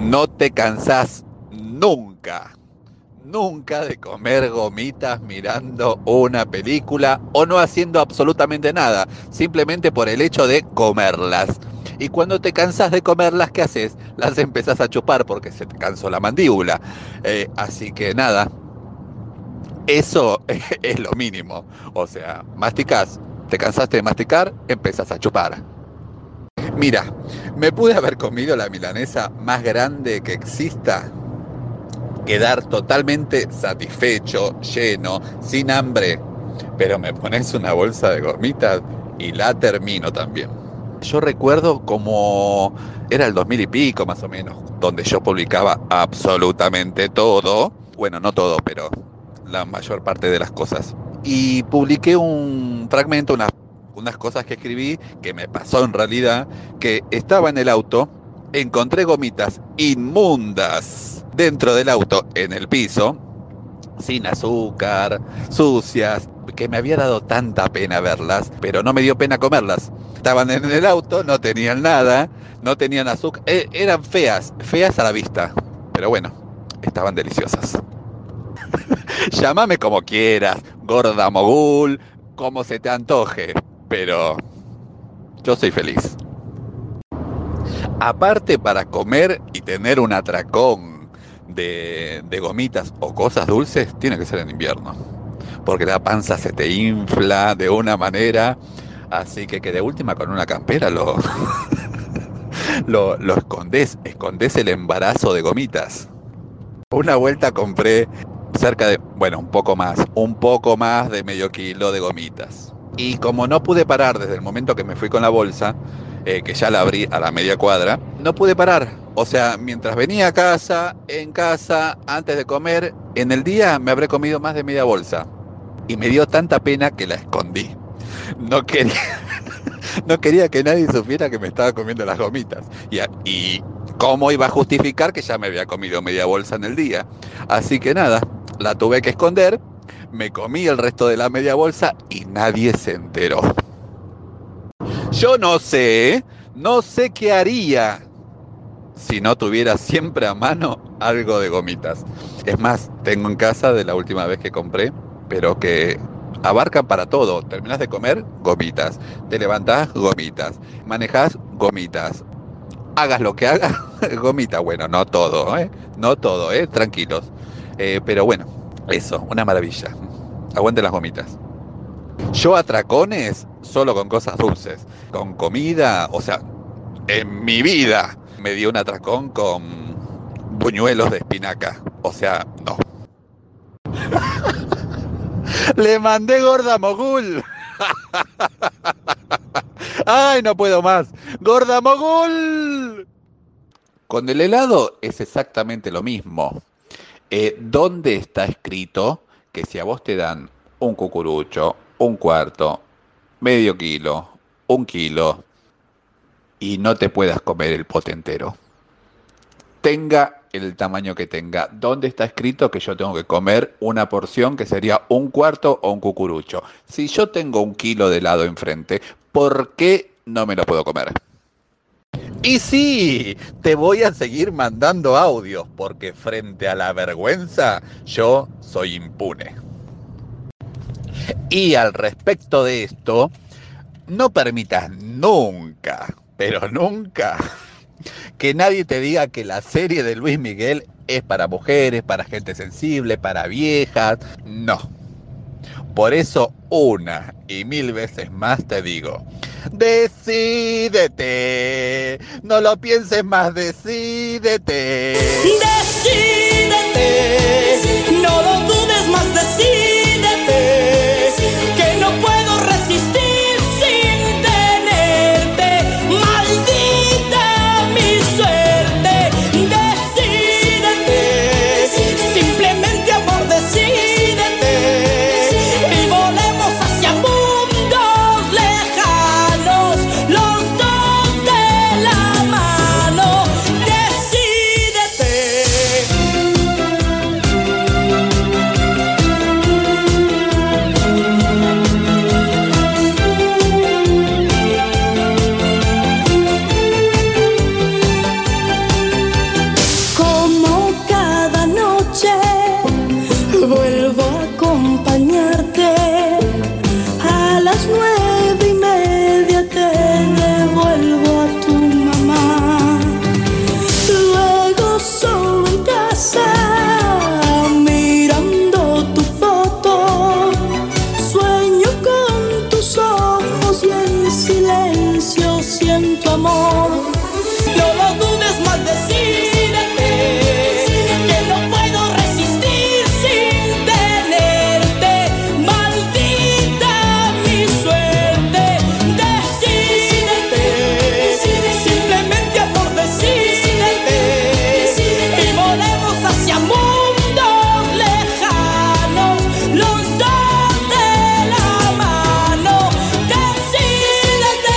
no te cansás nunca de comer gomitas mirando una película o no haciendo absolutamente nada, simplemente por el hecho de comerlas. Y cuando te cansás de comerlas, ¿qué haces? Las empezás a chupar porque se te cansó la mandíbula. Así que nada, eso es lo mínimo. O sea, masticás, te cansaste de masticar, empezás a chupar. Mira, me pude haber comido la milanesa más grande que exista, quedar totalmente satisfecho, lleno, sin hambre, pero me pones una bolsa de gomitas y la termino también. Yo recuerdo como era el 2000 y pico más o menos, donde yo publicaba absolutamente todo, bueno, no todo, pero la mayor parte de las cosas. Y publiqué un fragmento, unas cosas que escribí, que me pasó en realidad, que estaba en el auto, encontré gomitas inmundas dentro del auto, en el piso, sin azúcar, sucias, que me había dado tanta pena verlas, pero no me dio pena comerlas. Estaban en el auto, no tenían nada, no tenían azúcar, eran feas a la vista, pero bueno, estaban deliciosas. Llámame como quieras, gorda mogul, como se te antoje, pero yo soy feliz. Aparte, para comer y tener un atracón de gomitas o cosas dulces, tiene que ser en invierno, porque la panza se te infla de una manera, así que de última con una campera lo escondés el embarazo de gomitas. Una vuelta compré cerca de, un poco más de medio kilo de gomitas. Y como no pude parar desde el momento que me fui con la bolsa, que ya la abrí a la media cuadra, no pude parar. O sea, mientras venía a casa, en casa, antes de comer, en el día me habré comido más de media bolsa. Y me dio tanta pena que la escondí. No quería que nadie supiera que me estaba comiendo las gomitas. Y cómo iba a justificar que ya me había comido media bolsa en el día. Así que nada, la tuve que esconder, me comí el resto de la media bolsa y nadie se enteró. Yo no sé qué haría si no tuviera siempre a mano algo de gomitas. Es más, tengo en casa de la última vez que compré, pero que abarcan para todo. Terminás de comer, gomitas. Te levantás, gomitas. Manejás, gomitas. Hagas lo que hagas, gomita. Bueno, no todo, no todo, tranquilos. Pero bueno, eso, una maravilla. Aguante las gomitas. Yo atracones solo con cosas dulces. Con comida, o sea, en mi vida me dio un atracón con buñuelos de espinaca. O sea, no. Le mandé gorda mogul. ¡Ay, no puedo más! ¡Gorda mogul! Con el helado es exactamente lo mismo. ¿Dónde está escrito que si a vos te dan un cucurucho, un cuarto, medio kilo, un kilo, y no te puedas comer el pote entero? Tenga el tamaño que tenga. ¿Dónde está escrito que yo tengo que comer una porción que sería un cuarto o un cucurucho? Si yo tengo un kilo de helado enfrente, ¿por qué no me lo puedo comer? Y sí, te voy a seguir mandando audios, porque frente a la vergüenza, yo soy impune. Y al respecto de esto, no permitas nunca, pero nunca, que nadie te diga que la serie de Luis Miguel es para mujeres, para gente sensible, para viejas. No. Por eso, una y mil veces más te digo, decídete, no lo pienses más, decídete. Decídete, no lo dudes más, decídete, que no puedo resistir sin tenerte, maldita mi suerte. Decídete, simplemente amor, decídete, y volemos hacia mundos lejanos, los dos de la mano. Decídete. amor. No lo dudes más, decídete, que no puedo resistir sin tenerte. Maldita mi suerte, decídete, simplemente amor, decídete, y volemos hacia mundos lejanos, los dos de la mano. Decídete.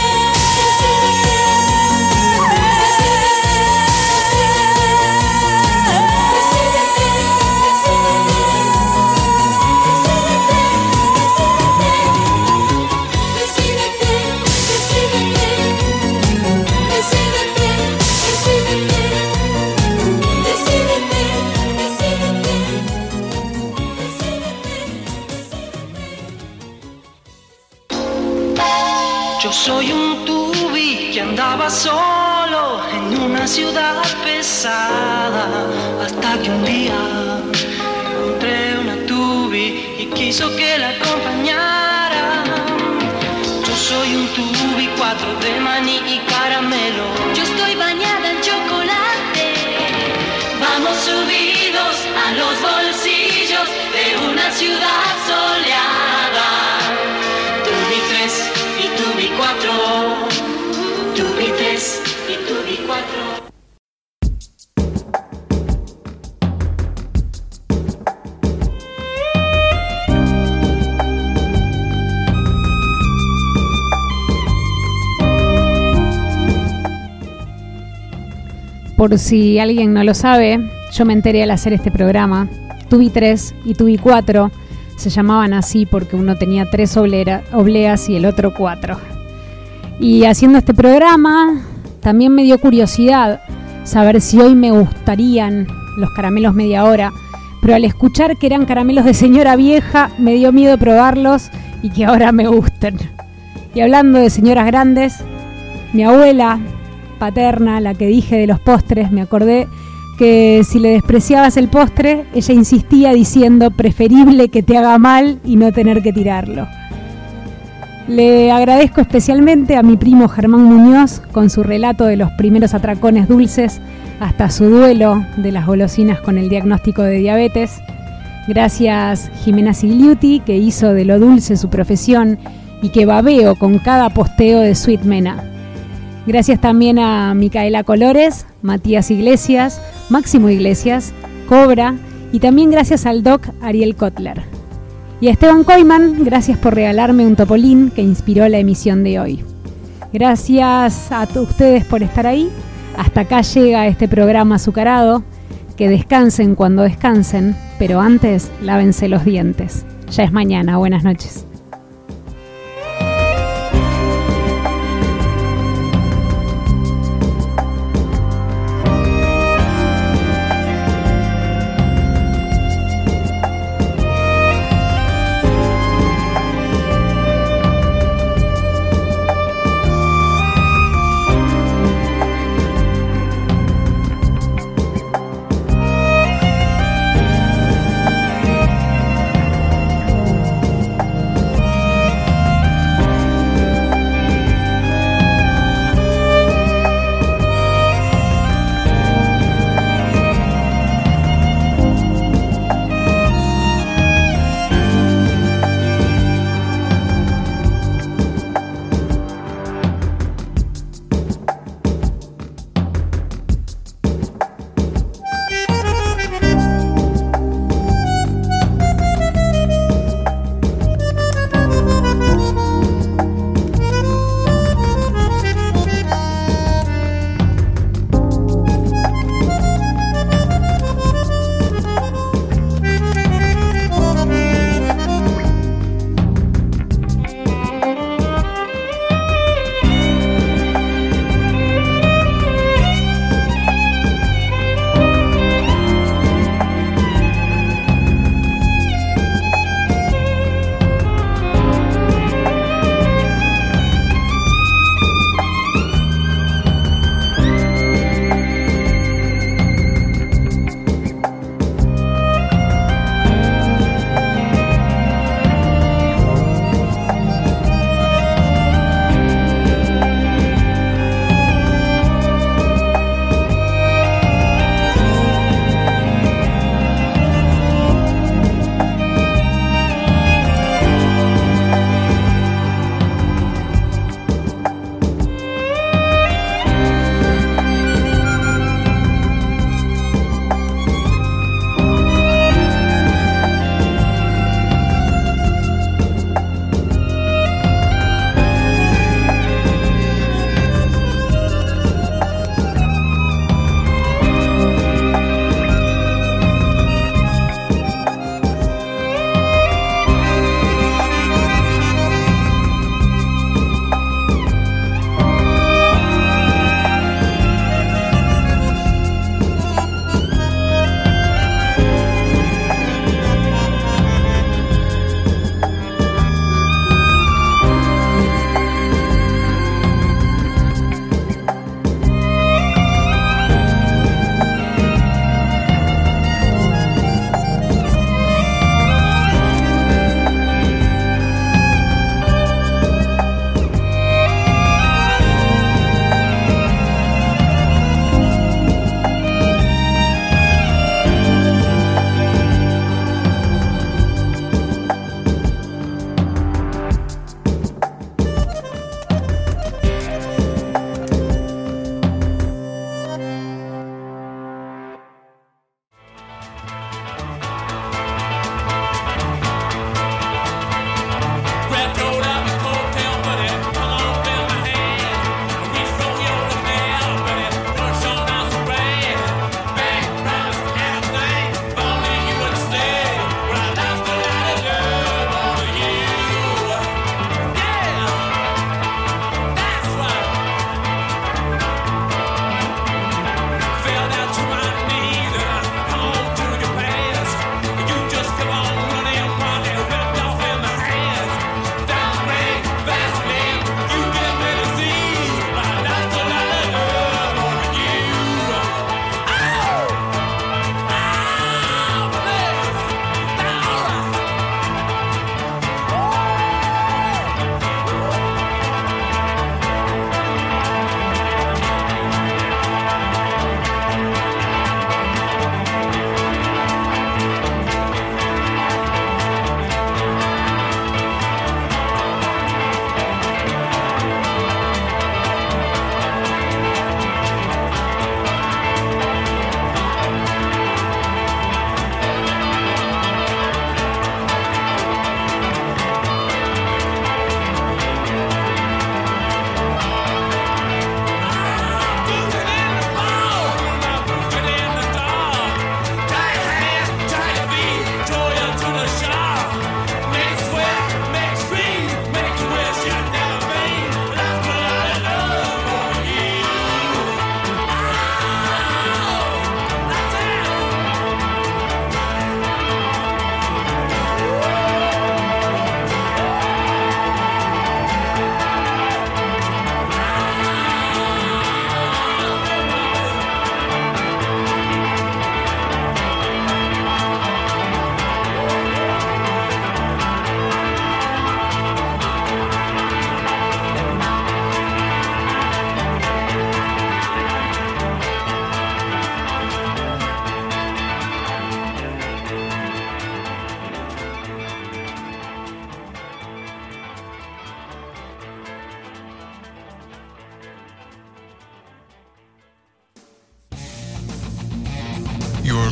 Yo soy un tubi que andaba solo en una ciudad pesada, hasta que un día encontré una tubi y quiso que la acompañara. Yo soy un tubi, 4 de maní y caramelo. Yo estoy bañada en chocolate. Vamos subidos a los bolsillos de una ciudad soleada. Tubi 3 y tubi 4, tubi 3 y tubi 4. Por si alguien no lo sabe, yo me enteré al hacer este programa. Tubi 3 y Tubi 4 se llamaban así porque uno tenía 3 obleas y el otro 4. Y haciendo este programa también me dio curiosidad saber si hoy me gustarían los caramelos media hora, pero al escuchar que eran caramelos de señora vieja me dio miedo probarlos y que ahora me gusten. Y hablando de señoras grandes, mi abuela paterna, la que dije de los postres, me acordé que si le despreciabas el postre, ella insistía diciendo preferible que te haga mal y no tener que tirarlo. Le agradezco especialmente a mi primo Germán Muñoz con su relato de los primeros atracones dulces hasta su duelo de las golosinas con el diagnóstico de diabetes. Gracias Jimena Sigliuti, que hizo de lo dulce su profesión y que babeo con cada posteo de Sweet Mena. Gracias también a Micaela Colores, Matías Iglesias, Máximo Iglesias, Cobra y también gracias al doc Ariel Kotler. Y a Esteban Koyman, gracias por regalarme un topolín que inspiró la emisión de hoy. Gracias a ustedes por estar ahí. Hasta acá llega este programa azucarado. Que descansen cuando descansen, pero antes lávense los dientes. Ya es mañana, buenas noches.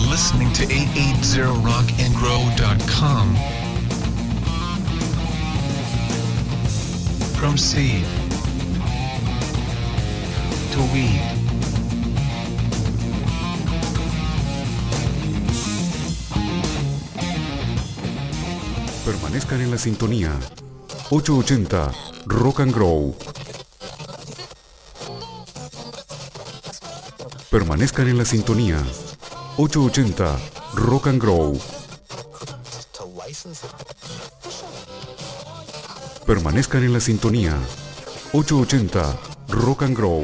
listening to 880rockandgrow.com. From seed to weed. Permanezcan en la sintonía. 880 Rock and Grow. Permanezcan en la sintonía. 880 Rock and Grow. Permanezcan en la sintonía. 880 Rock and Grow.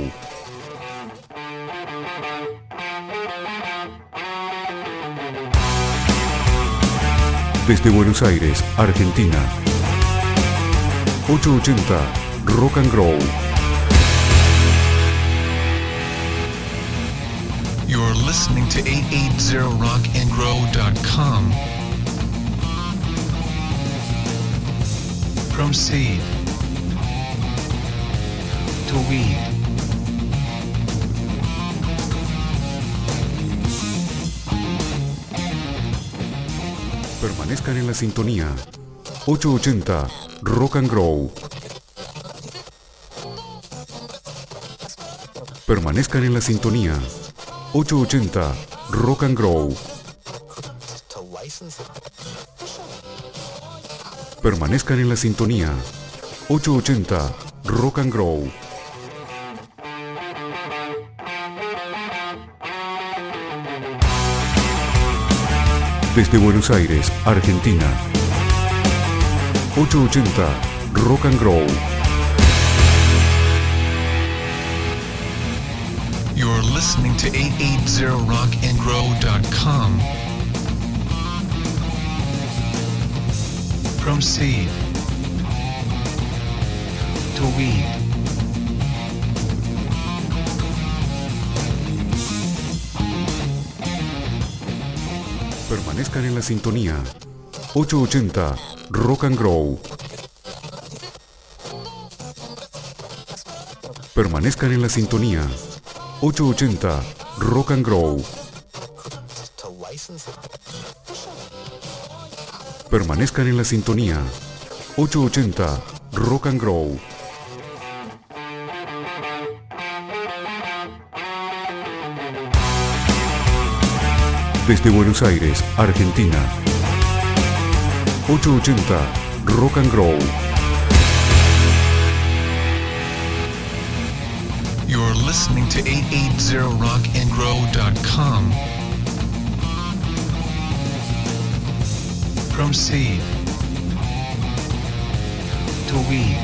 Desde Buenos Aires, Argentina. 880 Rock and Grow. You're listening to 880rockandgrow.com. From seed to weed. Permanezcan en la sintonía. 880 Rock and Grow. Permanezcan en la sintonía. 880 Rock and Grow. Permanezcan en la sintonía. 880 Rock and Grow. Desde Buenos Aires, Argentina. 880 Rock and Grow. You're listening to 880rockandgrow.com. From seed to weed. Permanezcan en la sintonía. 880 Rock and Grow. Permanezcan en la sintonía. 880 Rock and Grow. Permanezcan en la sintonía. 880 Rock and Grow. Desde Buenos Aires, Argentina. 880 Rock and Grow. You're listening to 880rockandgrow.com. From seed to weed.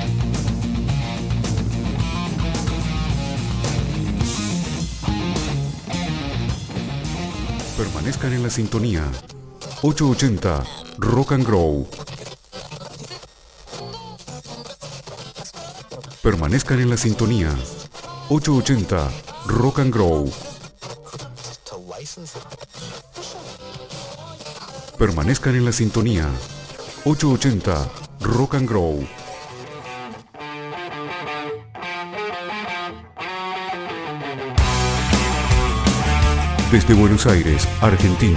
Permanezcan en la sintonía. 880 Rock and Grow. Permanezcan en la sintonía. 880 Rock and Grow. Permanezcan en la sintonía. 880 Rock and Grow. Desde Buenos Aires, Argentina.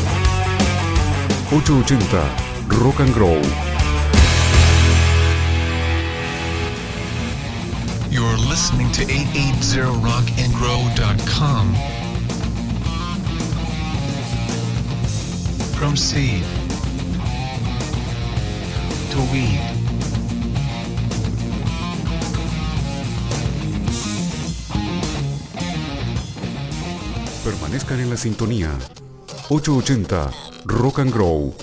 880 Rock and Grow. You're listening to 880rockandgrow.com. From seed to weed. Permanezcan en la sintonía. 880 Rock and Grow.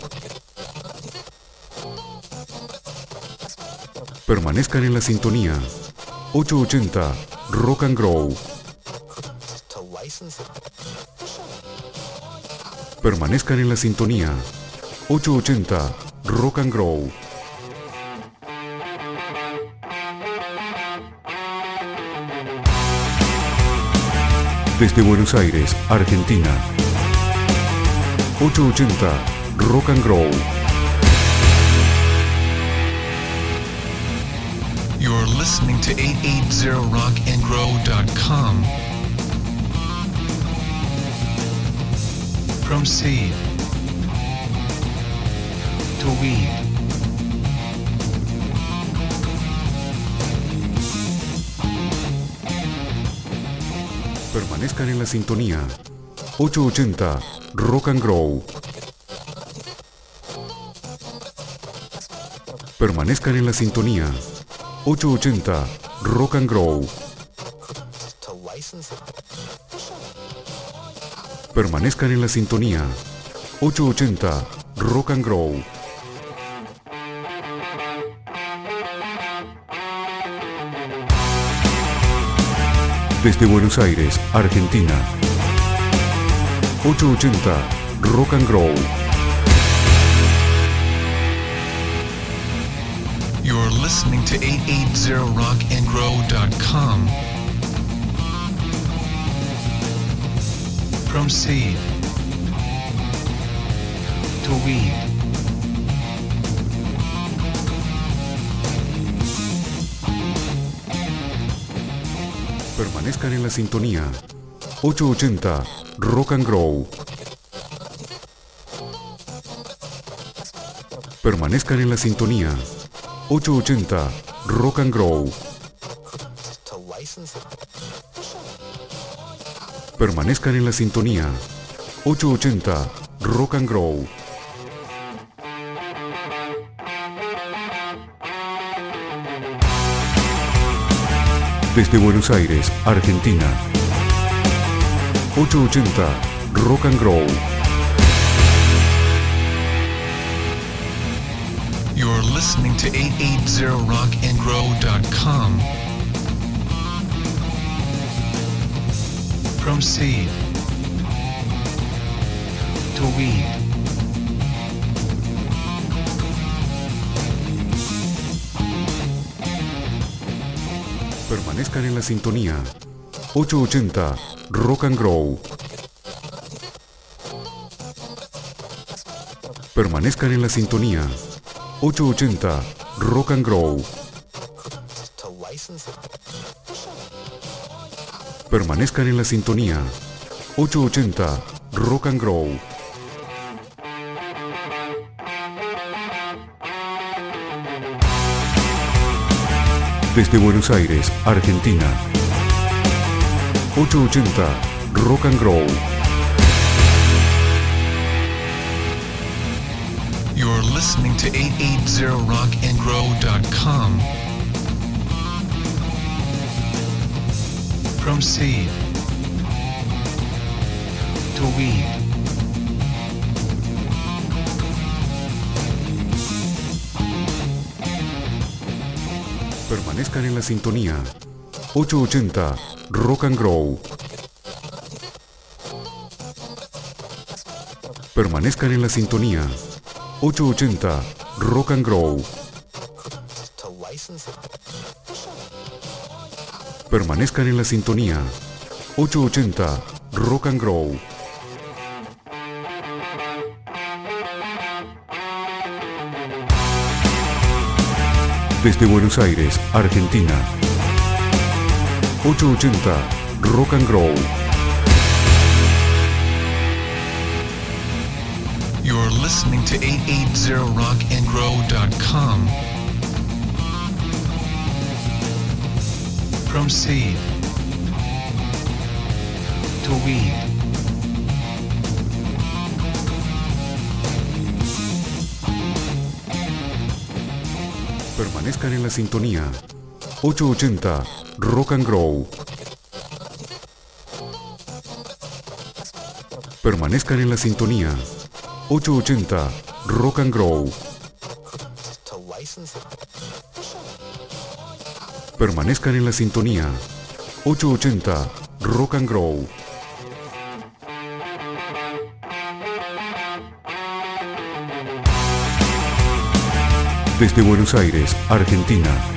Permanezcan en la sintonía. 880 Rock and Grow. Permanezcan en la sintonía. 880 Rock and Grow. Desde Buenos Aires, Argentina. 880 Rock and Grow. You're listening to 880rockandgrow.com. From seed to weed. Permanezcan en la sintonía. 880 Rock and Grow. Permanezcan en la sintonía. 880 Rock and Grow. Permanezcan en la sintonía. 880 Rock and Grow. Desde Buenos Aires, Argentina. 880 Rock and Grow. You're listening to 880rockandgrow.com. From seed to weed. Permanezcan en la sintonía. 880 Rock and Grow. Permanezcan en la sintonía. 880 Rock and Grow. Permanezcan en la sintonía. 880 Rock and Grow. Desde Buenos Aires, Argentina. 880 Rock and Grow. You're listening to 880rockandgrow.com. From seed to weed. Permanezcan en la sintonía. 880 Rock and Grow. Permanezcan en la sintonía. 880 Rock and Grow. Permanezcan en la sintonía. 880 Rock and Grow. Desde Buenos Aires, Argentina. 880 Rock and Grow. You're listening to 880rockandgrow.com. From seed to weed. Permanezcan en la sintonía. 880 Rock and Grow. Permanezcan en la sintonía. 880 Rock and Grow. Permanezcan en la sintonía. 880 Rock and Grow. Desde Buenos Aires, Argentina. 880 Rock and Grow. You're listening to 880rockandgrow.com. From seed to weed. Permanezcan en la sintonía. 880 Rock and Grow. Permanezcan en la sintonía. 880 Rock and Grow. Permanezcan en la sintonía. 880 Rock and Grow. Desde Buenos Aires, Argentina.